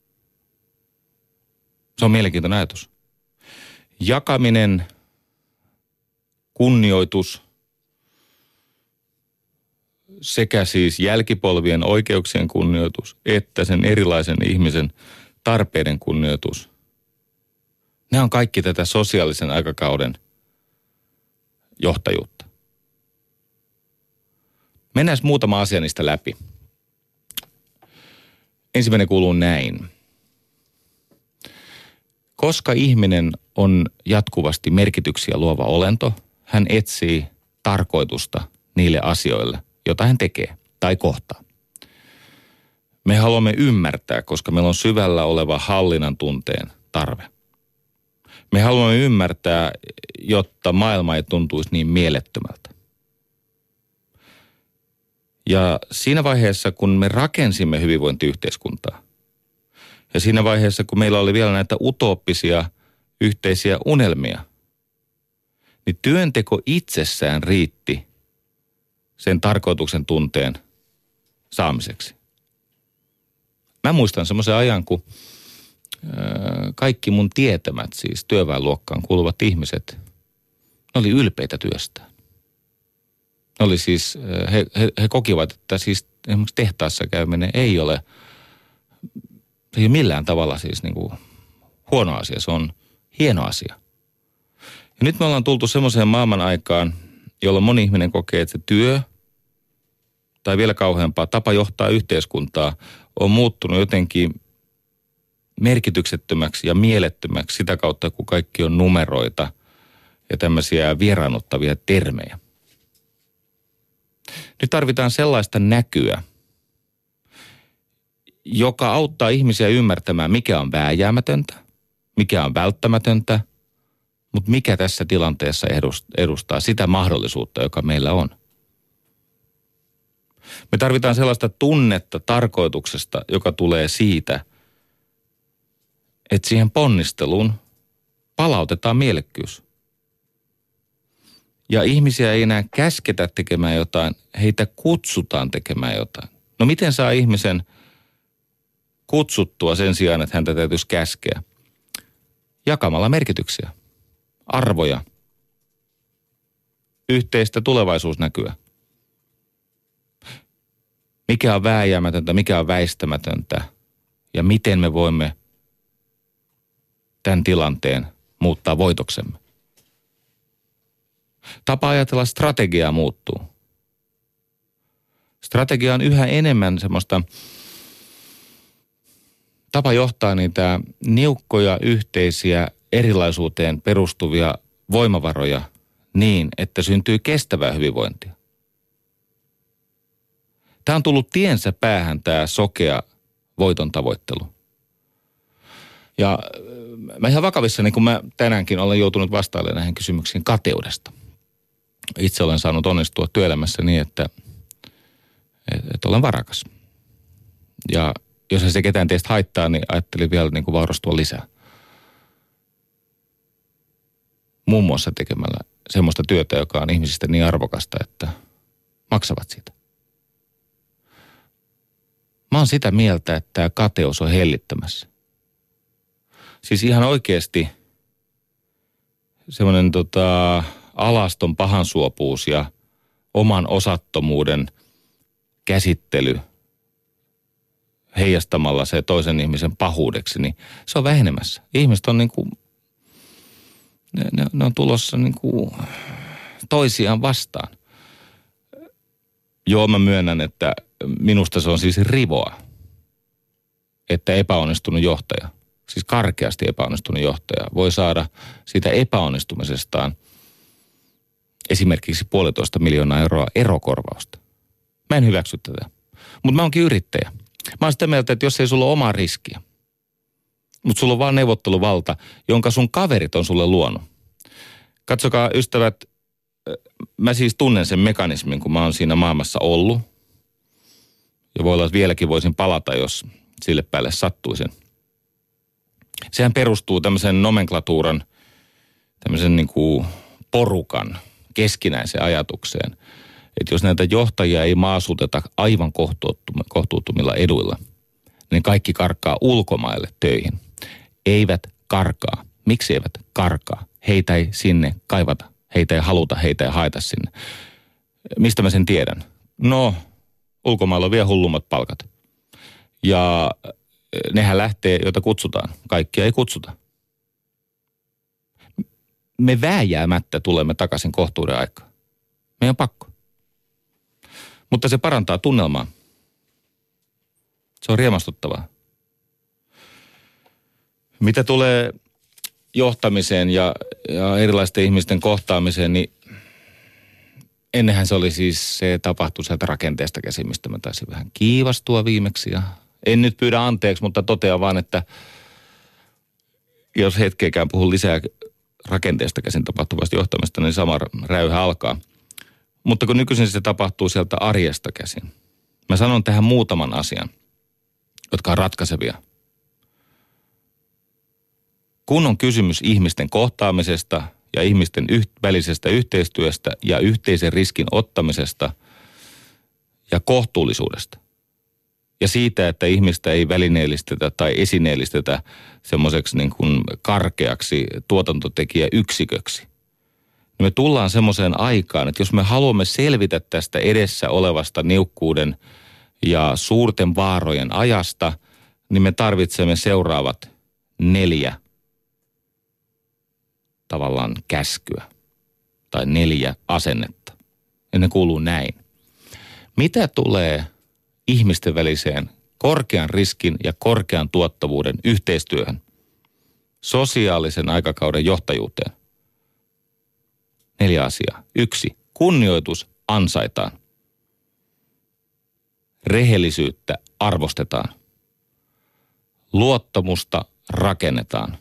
Se on mielenkiintoinen ajatus. Jakaminen, kunnioitus sekä siis jälkipolvien oikeuksien kunnioitus että sen erilaisen ihmisen tarpeiden kunnioitus. Ne on kaikki tätä sosiaalisen aikakauden johtajuutta. Mennään muutama asia niistä läpi. Ensimmäinen kuuluu näin. Koska ihminen on jatkuvasti merkityksiä luova olento, hän etsii tarkoitusta niille asioille, joita hän tekee tai kohtaa. Me haluamme ymmärtää, koska meillä on syvällä oleva hallinnan tunteen tarve. Me haluamme ymmärtää, jotta maailma ei tuntuisi niin mielettömältä. Ja siinä vaiheessa, kun me rakensimme hyvinvointiyhteiskuntaa, ja siinä vaiheessa, kun meillä oli vielä näitä utooppisia yhteisiä unelmia, niin työnteko itsessään riitti sen tarkoituksen tunteen saamiseksi. Mä muistan semmoisen ajan, kun kaikki mun tietämät, siis työväenluokkaan kuuluvat ihmiset, ne oli ylpeitä työstään. Ne oli siis, he kokivat, että siis esimerkiksi tehtaassa käyminen ei ole millään tavalla siis niin kuin huono asia, se on hieno asia. Ja nyt me ollaan tultu semmoiseen maailman aikaan, jolloin moni ihminen kokee, että se työ tai vielä kauheampaa tapa johtaa yhteiskuntaa on muuttunut jotenkin merkityksettömäksi ja mielettömäksi sitä kautta, kun kaikki on numeroita ja tämmöisiä vieraannuttavia termejä. Nyt tarvitaan sellaista näkyä, joka auttaa ihmisiä ymmärtämään, mikä on vääjäämätöntä, mikä on välttämätöntä, mutta mikä tässä tilanteessa edustaa sitä mahdollisuutta, joka meillä on. Me tarvitaan sellaista tunnetta tarkoituksesta, joka tulee siitä, että siihen ponnisteluun palautetaan mielekkyys. Ja ihmisiä ei enää käsketä tekemään jotain, heitä kutsutaan tekemään jotain. No miten saa ihmisen kutsuttua sen sijaan, että häntä täytyisi käskeä? Jakamalla merkityksiä, arvoja, yhteistä tulevaisuusnäkyä. Mikä on vääjäämätöntä, mikä on väistämätöntä ja miten me voimme tämän tilanteen muuttaa voitoksemme. Tapa ajatella strategiaa muuttuu. Strategia on yhä enemmän semmoista tapa johtaa niitä niukkoja yhteisiä erilaisuuteen perustuvia voimavaroja niin, että syntyy kestävää hyvinvointia. Tämä on tullut tiensä päähän tämä sokea voiton tavoittelu. Ja mä ihan vakavissani, kun mä tänäänkin olen joutunut vastailemaan näihin kysymyksiin kateudesta. Itse olen saanut onnistua työelämässä niin, että olen varakas. Ja jos ei se ketään teistä haittaa, niin ajattelin vielä niin kuin vaurastua lisää. Muun muassa tekemällä semmoista työtä, joka on ihmisistä niin arvokasta, että maksavat siitä. Mä oon sitä mieltä, että tämä kateus on hellittämässä. Siis ihan oikeasti semmoinen alaston pahansuopuus ja oman osattomuuden käsittely heijastamalla se toisen ihmisen pahuudeksi, niin se on vähenemässä. Ihmiset on ne on tulossa toisiaan vastaan. Joo, mä myönnän, että minusta se on siis rivoa, että epäonnistunut johtaja, siis karkeasti epäonnistunut johtaja, voi saada siitä epäonnistumisestaan esimerkiksi 1,5 miljoonaa euroa erokorvausta. Mä en hyväksy tätä, mutta mä oonkin yrittäjä. Mä oon sitä mieltä, että jos ei sulla ole omaa riskiä, mutta sulla on vaan neuvotteluvalta, jonka sun kaverit on sulle luonut. Katsokaa ystävät, mä siis tunnen sen mekanismin, kun mä oon siinä maailmassa ollut. Ja voi olla, että vieläkin voisin palata, jos sille päälle sattuisin. Sehän perustuu tämmöisen nomenklatuuran, tämmöisen porukan keskinäiseen ajatukseen. Että jos näitä johtajia ei maasuteta aivan kohtuuttomilla eduilla, niin kaikki karkaa ulkomaille töihin. Eivät karkaa. Miksi eivät karkaa? Heitä ei sinne kaivata. Heitä ei haluta, heitä ei haeta sinne. Mistä mä sen tiedän? No, ulkomailla on vielä hullummat palkat. Ja nehän lähtee, joita kutsutaan. Kaikkia ei kutsuta. Me vääjäämättä tulemme takaisin kohtuuden aikaan. Meidän on pakko. Mutta se parantaa tunnelmaa. Se on riemastuttavaa. Mitä tulee johtamiseen ja erilaisten ihmisten kohtaamiseen, niin ennenhän se oli siis, se tapahtui sieltä rakenteesta käsin, mistä mä taisin vähän kiivastua viimeksi. Ja en nyt pyydä anteeksi, mutta totean vaan, että jos hetkeäkään puhun lisää rakenteesta käsin tapahtuvasta johtamista, niin sama räyhä alkaa. Mutta kun nykyisin se tapahtuu sieltä arjesta käsin. Mä sanon tähän muutaman asian, jotka on ratkaisevia. Kun on kysymys ihmisten kohtaamisesta ja ihmisten välisestä yhteistyöstä ja yhteisen riskin ottamisesta ja kohtuullisuudesta ja siitä, että ihmistä ei välineellistetä tai esineellistetä semmoiseksi karkeaksi tuotantotekijäyksiköksi, niin me tullaan semmoiseen aikaan, että jos me haluamme selvitä tästä edessä olevasta niukkuuden ja suurten vaarojen ajasta, niin me tarvitsemme seuraavat 4 tavallaan käskyä tai 4 asennetta. Ja ne kuuluu näin. Mitä tulee ihmisten väliseen korkean riskin ja korkean tuottavuuden yhteistyöhön, sosiaalisen aikakauden johtajuuteen? 4 asiaa. 1. Kunnioitus ansaitaan. Rehellisyyttä arvostetaan. Luottamusta rakennetaan.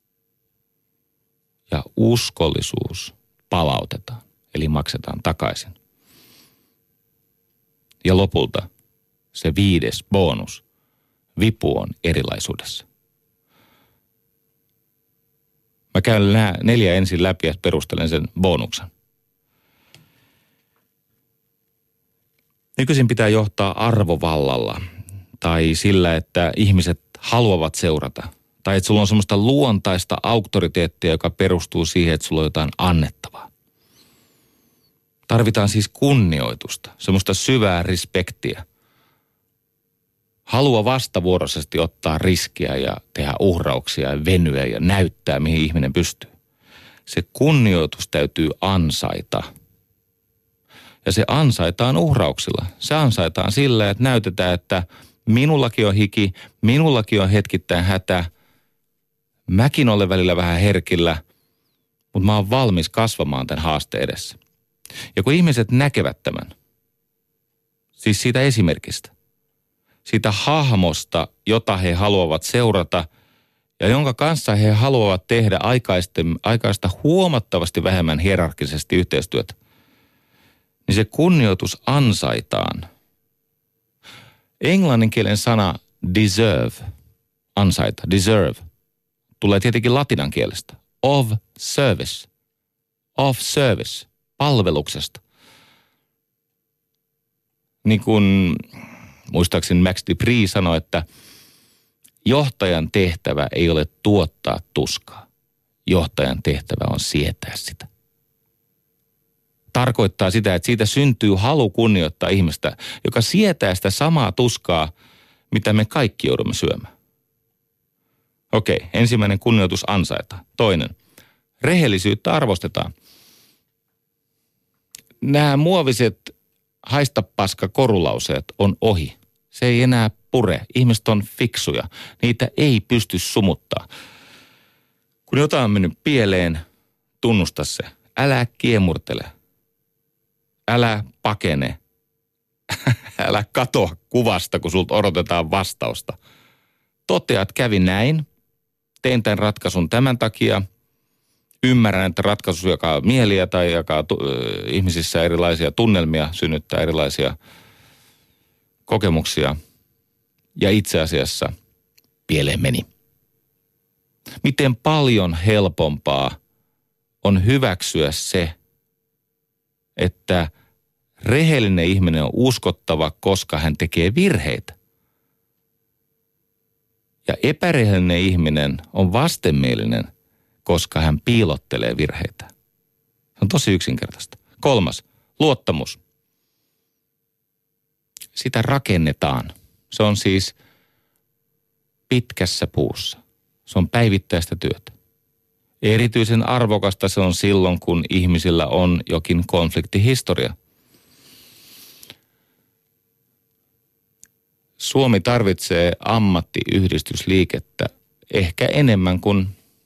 Ja uskollisuus palautetaan, eli maksetaan takaisin. Ja lopulta se 5. bonus. Vipu on erilaisuudessa. Mä käyn nämä 4 ensin läpi ja perustelen sen bonuksen. Nykyisin pitää johtaa arvovallalla tai sillä, että ihmiset haluavat seurata. Tai että sulla on semmoista luontaista auktoriteettia, joka perustuu siihen, että sulla on jotain annettavaa. Tarvitaan siis kunnioitusta, semmoista syvää respektiä. Halua vastavuoroisesti ottaa riskiä ja tehdä uhrauksia ja venyä ja näyttää, mihin ihminen pystyy. Se kunnioitus täytyy ansaita. Ja se ansaitaan uhrauksilla. Se ansaitaan sillä, että näytetään, että minullakin on hiki, minullakin on hetkittäin hätä. Mäkin olen välillä vähän herkillä, mutta mä oon valmis kasvamaan tämän haasteen edessä. Ja kun ihmiset näkevät tämän, siis siitä esimerkistä, siitä hahmosta, jota he haluavat seurata ja jonka kanssa he haluavat tehdä aikaista huomattavasti vähemmän hierarkisesti yhteistyötä, niin se kunnioitus ansaitaan. Englanninkielen sana deserve, ansaita, deserve, tulee tietenkin latinan kielestä, of service, of service, palveluksesta. Niin kuin muistaakseni Max de Prix sanoi, että johtajan tehtävä ei ole tuottaa tuskaa. Johtajan tehtävä on sietää sitä. Tarkoittaa sitä, että siitä syntyy halu kunnioittaa ihmistä, joka sietää sitä samaa tuskaa, mitä me kaikki joudumme syömään. Okei, ensimmäinen kunnioitus ansaitaan. Toinen, rehellisyyttä arvostetaan. Nämä muoviset haista paska korulauseet on ohi. Se ei enää pure. Ihmiset on fiksuja. Niitä ei pysty sumuttaa. Kun jotain on mennyt pieleen, tunnusta se. Älä kiemurtele. Älä pakene. Älä katoa kuvasta, kun sulta odotetaan vastausta. Totea, että kävi näin. Tein tämän ratkaisun tämän takia. Ymmärrän, että ratkaisu jakaa mieliä tai jakaa ihmisissä erilaisia tunnelmia, synnyttää erilaisia kokemuksia. Ja itse asiassa pieleen meni. Miten paljon helpompaa on hyväksyä se, että rehellinen ihminen on uskottava, koska hän tekee virheitä. Ja epärehellinen ihminen on vastenmielinen, koska hän piilottelee virheitä. Se on tosi yksinkertaista. 3. Luottamus. Sitä rakennetaan. Se on siis pitkässä puussa. Se on päivittäistä työtä. Erityisen arvokasta se on silloin, kun ihmisillä on jokin konfliktihistoria. Suomi tarvitsee ammattiyhdistysliikettä ehkä enemmän kuin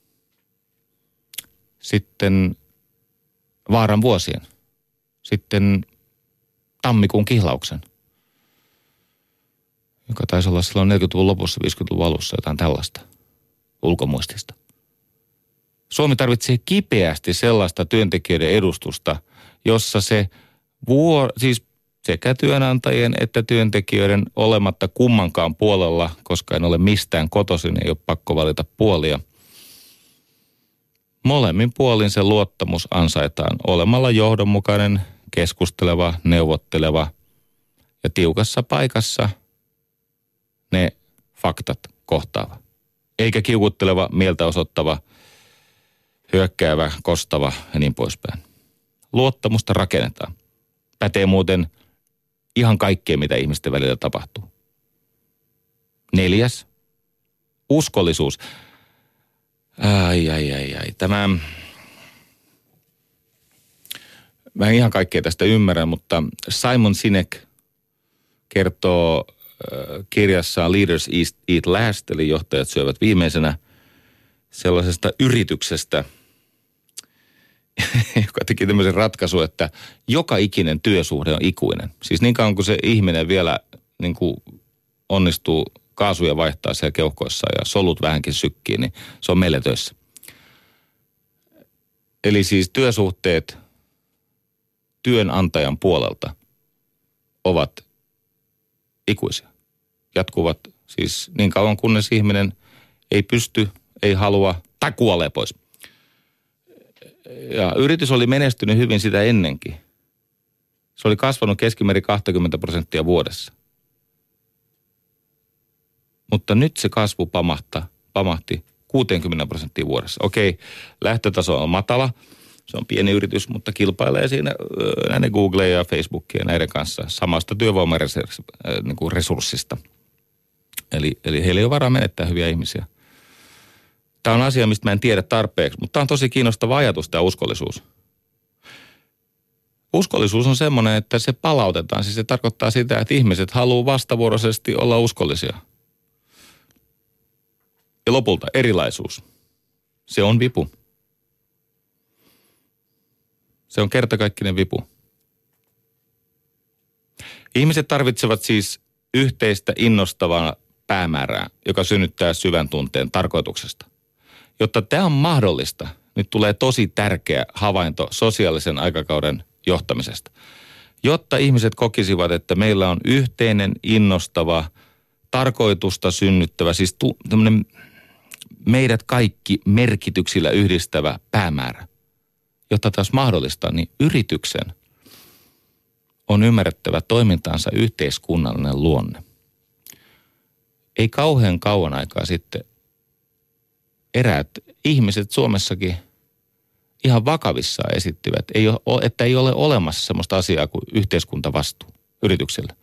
sitten vaaran vuosien. Sitten tammikuun kihlauksen, joka taisi olla silloin 40-luvun lopussa, 50-luvun alussa, jotain tällaista ulkomuistista. Suomi tarvitsee kipeästi sellaista työntekijöiden edustusta, jossa se siis sekä työnantajien että työntekijöiden olematta kummankaan puolella, koska en ole mistään kotoisin, ei ole pakko valita puolia. Molemmin puolin se luottamus ansaitaan olemalla johdonmukainen, keskusteleva, neuvotteleva ja tiukassa paikassa ne faktat kohtaava. Eikä kiukutteleva, mieltä osoittava, hyökkäävä, kostava ja niin poispäin. Luottamusta rakennetaan. Pätee muuten ihan kaikkea, mitä ihmisten välillä tapahtuu. 4. Uskollisuus. Tämä, mä en ihan kaikkea tästä ymmärrä, mutta Simon Sinek kertoo kirjassaan Leaders Eat Last, eli johtajat syövät viimeisenä, sellaisesta yrityksestä, joka teki tämmöisen ratkaisun, että joka ikinen työsuhde on ikuinen. Siis niin kauan kuin se ihminen vielä niin kuin onnistuu kaasuja vaihtaa siellä keuhkoissa ja solut vähänkin sykkii, niin se on meille töissä. Eli siis työsuhteet työnantajan puolelta ovat ikuisia. Jatkuvat siis niin kauan kunnes ihminen ei pysty, ei halua tai kuolee pois. Ja yritys oli menestynyt hyvin sitä ennenkin. Se oli kasvanut keskimäärin 20% vuodessa. Mutta nyt se kasvu pamahti 60% vuodessa. Okei, lähtötaso on matala. Se on pieni yritys, mutta kilpailee siinä näiden Google ja Facebookia ja näiden kanssa samasta työvoimaresurssista. Eli heillä ei ole varaa menettää hyviä ihmisiä. Tämä on asia, mistä mä en tiedä tarpeeksi, mutta tämä on tosi kiinnostava ajatus, tämä uskollisuus. Uskollisuus on semmoinen, että se palautetaan. Siis se tarkoittaa sitä, että ihmiset haluaa vastavuoroisesti olla uskollisia. Ja lopulta erilaisuus. Se on vipu. Se on kertakaikkinen vipu. Ihmiset tarvitsevat siis yhteistä innostavaa päämäärää, joka synnyttää syvän tunteen tarkoituksesta. Jotta tämä on mahdollista, nyt tulee tosi tärkeä havainto sosiaalisen aikakauden johtamisesta. Jotta ihmiset kokisivat, että meillä on yhteinen, innostava, tarkoitusta synnyttävä, siis tämmöinen meidät kaikki merkityksillä yhdistävä päämäärä. jotta taas mahdollistaa, niin yrityksen on ymmärrettävä toimintaansa yhteiskunnallinen luonne. Ei kauhean kauan aikaa sitten eräät ihmiset Suomessakin ihan vakavissaan esittivät, että ei ole olemassa sellaista asiaa kuin yhteiskuntavastuu yrityksellä.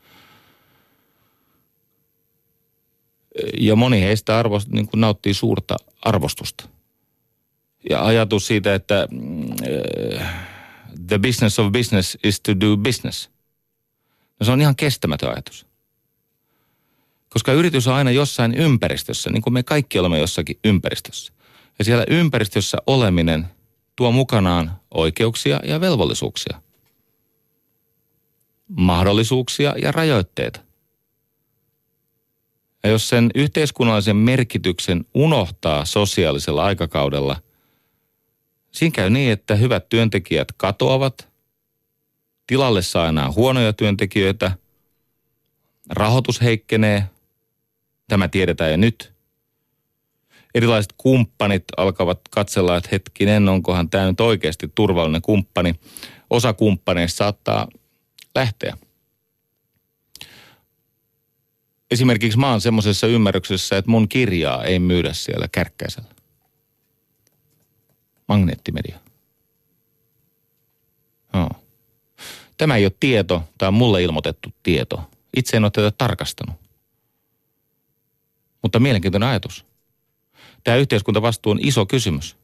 Ja moni heistä niin kuin nauttii suurta arvostusta. Ja ajatus siitä, että the business of business is to do business. No se on ihan kestämätön ajatus. Koska yritys on aina jossain ympäristössä, niin kuin me kaikki olemme jossakin ympäristössä. Ja siellä ympäristössä oleminen tuo mukanaan oikeuksia ja velvollisuuksia. Mahdollisuuksia ja rajoitteita. Ja jos sen yhteiskunnallisen merkityksen unohtaa sosiaalisella aikakaudella, siinä käy niin, että hyvät työntekijät katoavat, tilalle saa enää huonoja työntekijöitä, rahoitus heikkenee, tämä tiedetään jo nyt. Erilaiset kumppanit alkavat katsella, että hetkinen, onkohan tämä nyt oikeasti turvallinen kumppani. Osa kumppaneista saattaa lähteä. Esimerkiksi mä oon semmoisessa ymmärryksessä, että mun kirjaa ei myydä siellä Kärkkäisellä. Magneettimedia. No. Tämä ei ole tieto, tämä on mulle ilmoitettu tieto. Itse en ole tätä tarkastanut. Mutta mielenkiintoinen ajatus. Tämä yhteiskuntavastuu on iso kysymys.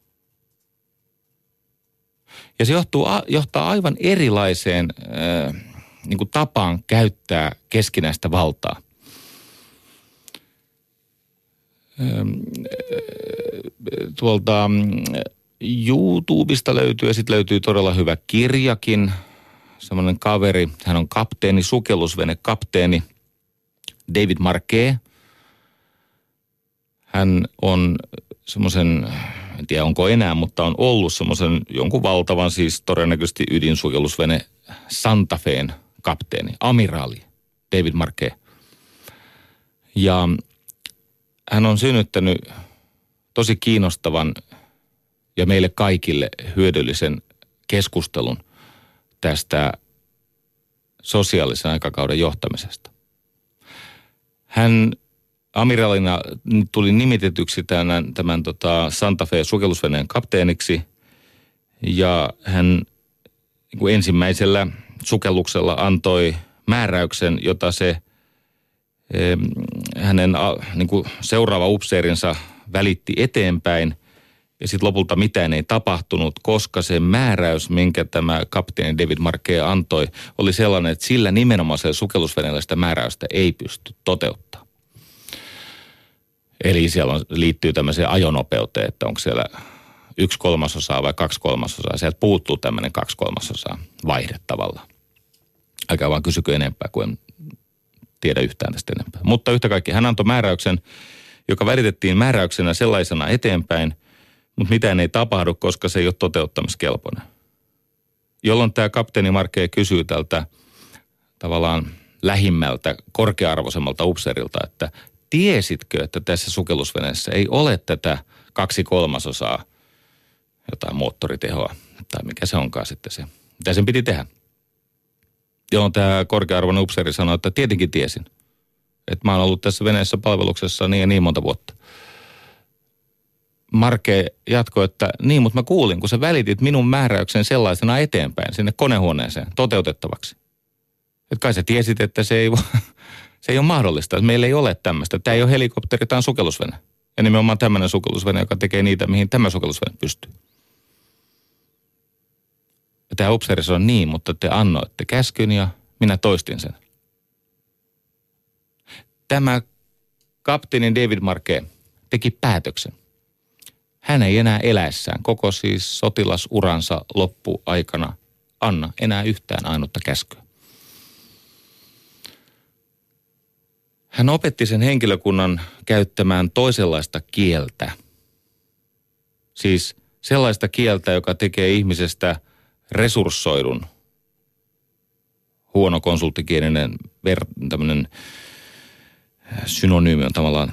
Ja se johtaa aivan erilaiseen niin kuin tapaan käyttää keskinäistä valtaa. Tuolta YouTubesta löytyy ja sitten löytyy todella hyvä kirjakin. Semmoinen kaveri, hän on kapteeni, sukellusvenekapteeni David Marquet. Hän on semmoisen, en tiedä onko enää, mutta on ollut semmoisen jonkun valtavan, siis todennäköisesti ydinsukellusvene Santa Feen kapteeni, amiraali David Marquet. Ja hän on synnyttänyt tosi kiinnostavan ja meille kaikille hyödyllisen keskustelun tästä sosiaalisen aikakauden johtamisesta. Hän amiraalina tuli nimitetyksi tämän Santa Fe sukellusveneen kapteeniksi ja hän niin kuin ensimmäisellä sukelluksella antoi määräyksen, jota se hänen niin kuin seuraava upseerinsa välitti eteenpäin ja sitten lopulta mitään ei tapahtunut, koska se määräys, minkä tämä kapteeni David Marquet antoi, oli sellainen, että sillä nimenomaisella sukellusveneellä sitä määräystä ei pysty toteuttamaan. Eli siellä liittyy tämmöiseen ajonopeuteen, että onko siellä 1/3 vai 2/3. Sieltä puuttuu tämmöinen 2/3 vaihde tavallaan. Älkää vaan kysykö enempää, kun en tiedä yhtään tästä enempää. Mutta yhtä kaikki hän antoi määräyksen, joka välitettiin määräyksenä sellaisena eteenpäin, mutta mitään ei tapahdu, koska se ei ole toteuttamiskelpoinen. Jolloin tämä kapteeni Marquet kysyy tältä tavallaan lähimmältä, korkea-arvoisemmalta upseerilta, että tiesitkö, että tässä sukellusveneessä ei ole tätä 2/3 jotain moottoritehoa, tai mikä se onkaan sitten se, mitä sen piti tehdä. Jolloin tämä korkea-arvoinen upseeri sanoi, että tietenkin tiesin, että mä oon ollut tässä veneessä palveluksessa niin ja niin monta vuotta. Marquet jatkoi, että niin, mutta mä kuulin, kun sä välitit minun määräyksen sellaisena eteenpäin sinne konehuoneeseen toteutettavaksi. Että kai sä tiesit, että se ei ole mahdollista, että meillä ei ole tämmöistä. Tämä ei ole helikopteri, tämä on sukellusvene. Ja nimenomaan tämmöinen sukellusvene, joka tekee niitä, mihin tämä sukellusvene pystyy. Ja tämä upseeri sanoi niin, mutta te annoitte käskyn ja minä toistin sen. Tämä kapteeni David Marquet teki päätöksen. Hän ei enää eläessään koko siis sotilasuransa loppuaikana anna enää yhtään ainutta käskyä. Hän opetti sen henkilökunnan käyttämään toisenlaista kieltä. Siis sellaista kieltä, joka tekee ihmisestä resurssoidun, huono konsulttikielinen, tämmöinen synonyymi on tavallaan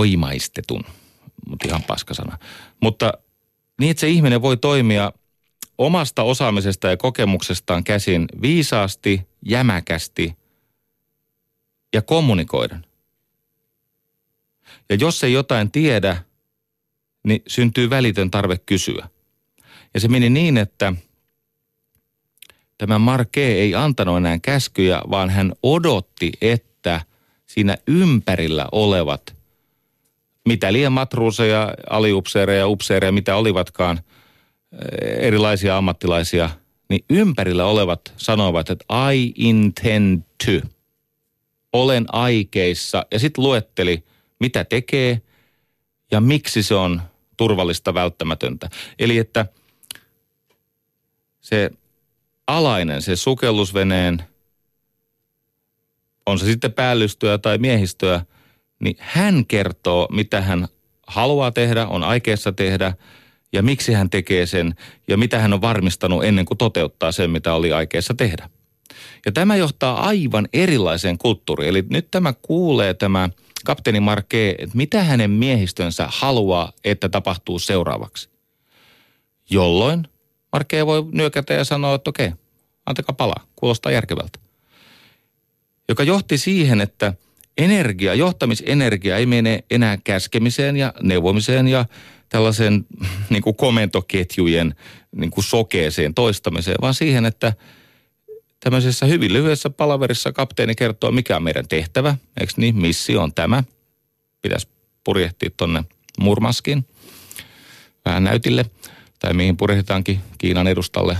voimaistetun, mutta ihan paskasana. Mutta niin, että se ihminen voi toimia omasta osaamisesta ja kokemuksestaan käsin viisaasti, jämäkästi ja kommunikoiden. Ja jos ei jotain tiedä, niin syntyy välitön tarve kysyä. Ja se meni niin, että tämä Marquet ei antanut enää käskyjä, vaan hän odotti, että siinä ympärillä olevat, mitä liian matruuseja, aliupseereja, upseereja, mitä olivatkaan, erilaisia ammattilaisia, niin ympärillä olevat sanoivat, että I intend to. Olen aikeissa. Ja sitten luetteli, mitä tekee ja miksi se on turvallista, välttämätöntä. Eli että se alainen, se sukellusveneen, on se sitten päällystyä tai miehistöä, niin hän kertoo, mitä hän haluaa tehdä, on aikeissa tehdä ja miksi hän tekee sen ja mitä hän on varmistanut ennen kuin toteuttaa sen, mitä oli aikeissa tehdä. Ja tämä johtaa aivan erilaiseen kulttuuriin. Eli nyt tämä kuulee tämä kapteeni Marquet, että mitä hänen miehistönsä haluaa, että tapahtuu seuraavaksi. Jolloin Marquet voi nyökätä ja sanoa, että okei, antakaa palaa, kuulostaa järkevältä. Joka johti siihen, että johtamisenergia ei mene enää käskemiseen ja neuvomiseen ja tällaisen niin kuin komentoketjujen niin kuin sokeeseen toistamiseen, vaan siihen, että tämmöisessä hyvin lyhyessä palaverissa kapteeni kertoo, mikä on meidän tehtävä. Eikö niin? Missio on tämä. Pitäisi purjehtia tonne Murmaskiin vähän näytille. Tai mihin purjehditaankin Kiinan edustalle.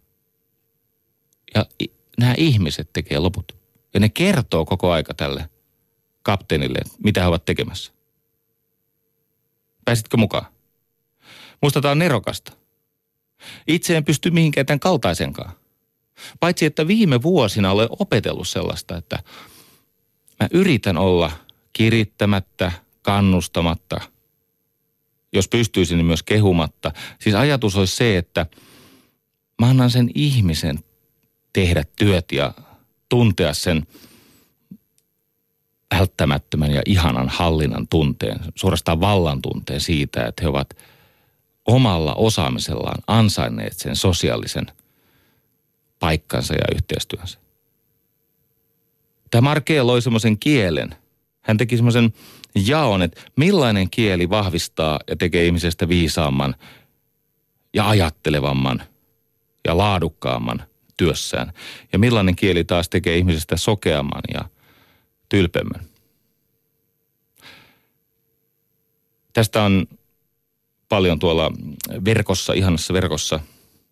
Ja nämä ihmiset tekee loput. Ja ne kertoo koko aika tälle kapteenille, mitä he ovat tekemässä. Pääsitkö mukaan? Musta tää on nerokasta. Itse en pysty mihinkään tämän kaltaisenkaan. Paitsi, että viime vuosina olen opetellut sellaista, että mä yritän olla kirittämättä, kannustamatta, jos pystyisin, niin myös kehumatta. Siis ajatus olisi se, että mä annan sen ihmisen tehdä työt ja tuntea sen välttämättömän ja ihanan hallinnan tunteen, suorastaan vallan tunteen siitä, että he ovat omalla osaamisellaan ansainneet sen sosiaalisen paikkansa ja yhteistyönsä. Tämä Marquet loi semmoisen kielen. Hän teki semmoisen jaon, että millainen kieli vahvistaa ja tekee ihmisestä viisaamman ja ajattelevamman ja laadukkaamman työssään. Ja millainen kieli taas tekee ihmisestä sokeamman ja tylpemmän. Tästä on paljon tuolla verkossa, ihanassa verkossa,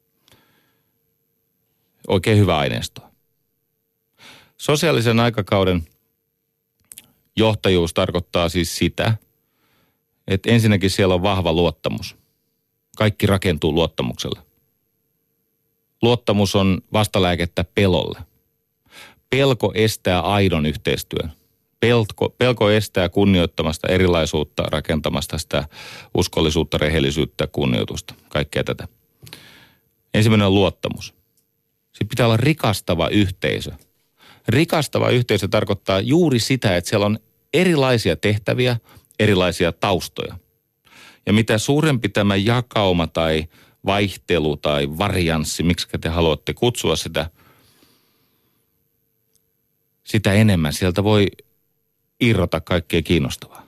oikein hyvä aineisto. Sosiaalisen aikakauden johtajuus tarkoittaa siis sitä, että ensinnäkin siellä on vahva luottamus. Kaikki rakentuu luottamuksella. Luottamus on vastalääkettä pelolle. Pelko estää aidon yhteistyön. Pelko estää kunnioittamasta erilaisuutta, rakentamasta sitä uskollisuutta, rehellisyyttä, kunnioitusta, kaikkea tätä. Ensimmäinen on luottamus. Sitten pitää olla rikastava yhteisö. Rikastava yhteisö tarkoittaa juuri sitä, että siellä on erilaisia tehtäviä, erilaisia taustoja. Ja mitä suurempi tämä jakauma tai vaihtelu tai varianssi, miksi te haluatte kutsua sitä enemmän sieltä voi irrota kaikkea kiinnostavaa.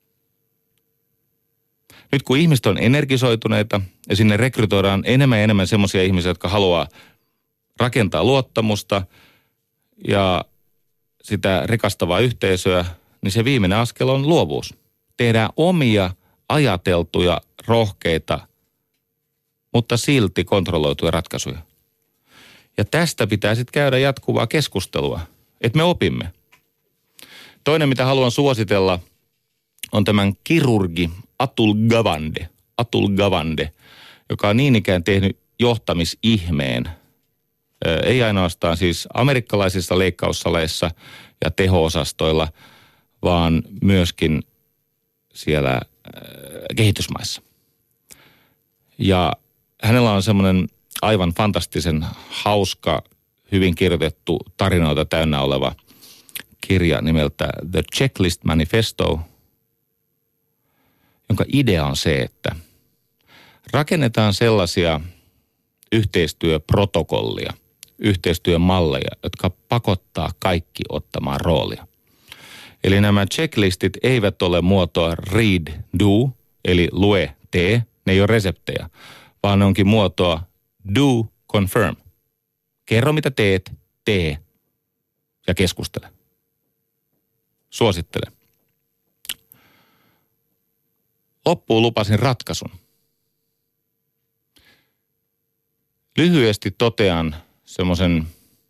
Nyt kun ihmiset on energisoituneita ja sinne rekrytoidaan enemmän ja enemmän semmoisia ihmisiä, jotka haluaa rakentaa luottamusta ja sitä rikastavaa yhteisöä, niin se viimeinen askel on luovuus. Tehdään omia, ajateltuja, rohkeita, mutta silti kontrolloituja ratkaisuja. Ja tästä pitää sitten käydä jatkuvaa keskustelua, että me opimme. Toinen, mitä haluan suositella, on tämän kirurgi Atul Gawande, joka on niin ikään tehnyt johtamisihmeen. Ei ainoastaan siis amerikkalaisissa leikkaussaleissa ja teho-osastoilla, vaan myöskin siellä kehitysmaissa. Ja hänellä on semmoinen aivan fantastisen hauska, hyvin kirjoitettu tarinoita täynnä oleva kirja nimeltä The Checklist Manifesto, jonka idea on se, että rakennetaan sellaisia yhteistyöprotokollia, yhteistyömalleja, jotka pakottaa kaikki ottamaan roolia. Eli nämä checklistit eivät ole muotoa read, do, eli lue, tee. Ne ei ole reseptejä, vaan ne onkin muotoa do, confirm. Kerro mitä teet, tee ja keskustele. Suosittele. Loppuun lupasin ratkaisun. Lyhyesti totean semmoisen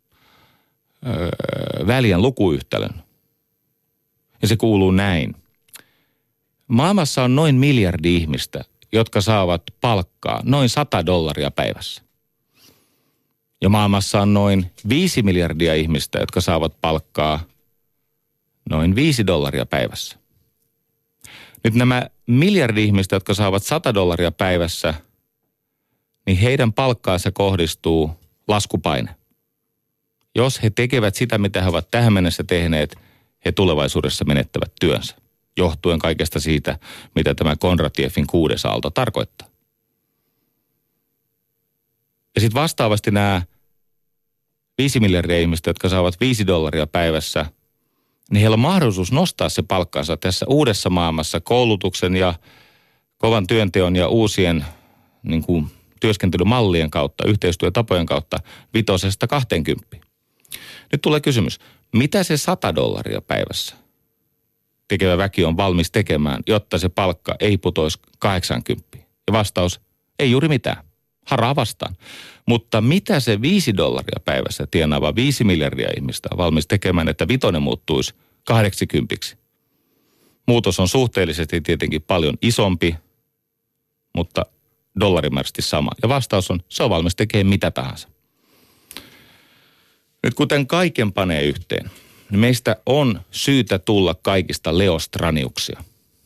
väljän lukuyhtälön. Ja se kuuluu näin. Maailmassa on noin 1 miljardi ihmistä, jotka saavat palkkaa noin $100 päivässä. Ja maailmassa on noin 5 miljardia ihmistä, jotka saavat palkkaa noin $5 päivässä. Nyt nämä 1 miljardi ihmistä, jotka saavat $100 päivässä, niin heidän palkkaansa kohdistuu laskupaine. Jos he tekevät sitä, mitä he ovat tähän mennessä tehneet, he tulevaisuudessa menettävät työnsä, johtuen kaikesta siitä, mitä tämä Kondratieffin 6. aalto tarkoittaa. Ja sitten vastaavasti nämä 5 miljardia ihmistä, jotka saavat $5 päivässä, niin heillä on mahdollisuus nostaa se palkkansa tässä uudessa maailmassa koulutuksen ja kovan työnteon ja uusien työskentelymallien kautta, yhteistyötapojen kautta 5-20. Nyt tulee kysymys, mitä se $100 päivässä tekevä väki on valmis tekemään, jotta se palkka ei putoisi 80? Ja vastaus, ei juuri mitään. Haraa vastaan. Mutta mitä se $5 päivässä tienaava 5 miljardia ihmistä on valmis tekemään, että 5 muuttuisi 80? Muutos on suhteellisesti tietenkin paljon isompi, mutta dollarimääräisesti sama. Ja vastaus on, se on valmis tekemään mitä tahansa. Nyt kuten kaiken panee yhteen, niin meistä on syytä tulla kaikista leostraniuksia.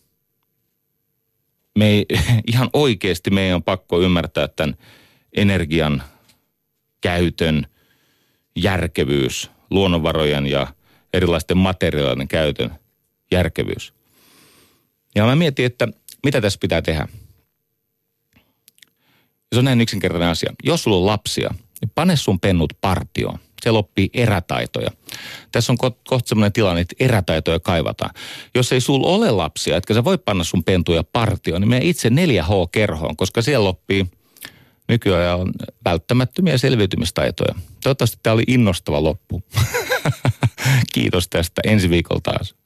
Ihan oikeasti meidän on pakko ymmärtää tämän energian käytön järkevyys, luonnonvarojen ja erilaisten materiaalien käytön järkevyys. Ja mä mietin, että mitä tässä pitää tehdä. Se on näin yksinkertainen asia. Jos sulla on lapsia, niin pane sun pennut partioon. Siellä oppii erätaitoja. Tässä on kohta sellainen tilanne, että erätaitoja kaivataan. Jos ei sulla ole lapsia, etkä sä voi panna sun pentuja partioon, niin mene itse 4H-kerhoon, koska siellä oppii nykyään on välttämättömiä selviytymistaitoja. Toivottavasti tämä oli innostava loppu. Kiitos tästä. Ensi viikolla taas.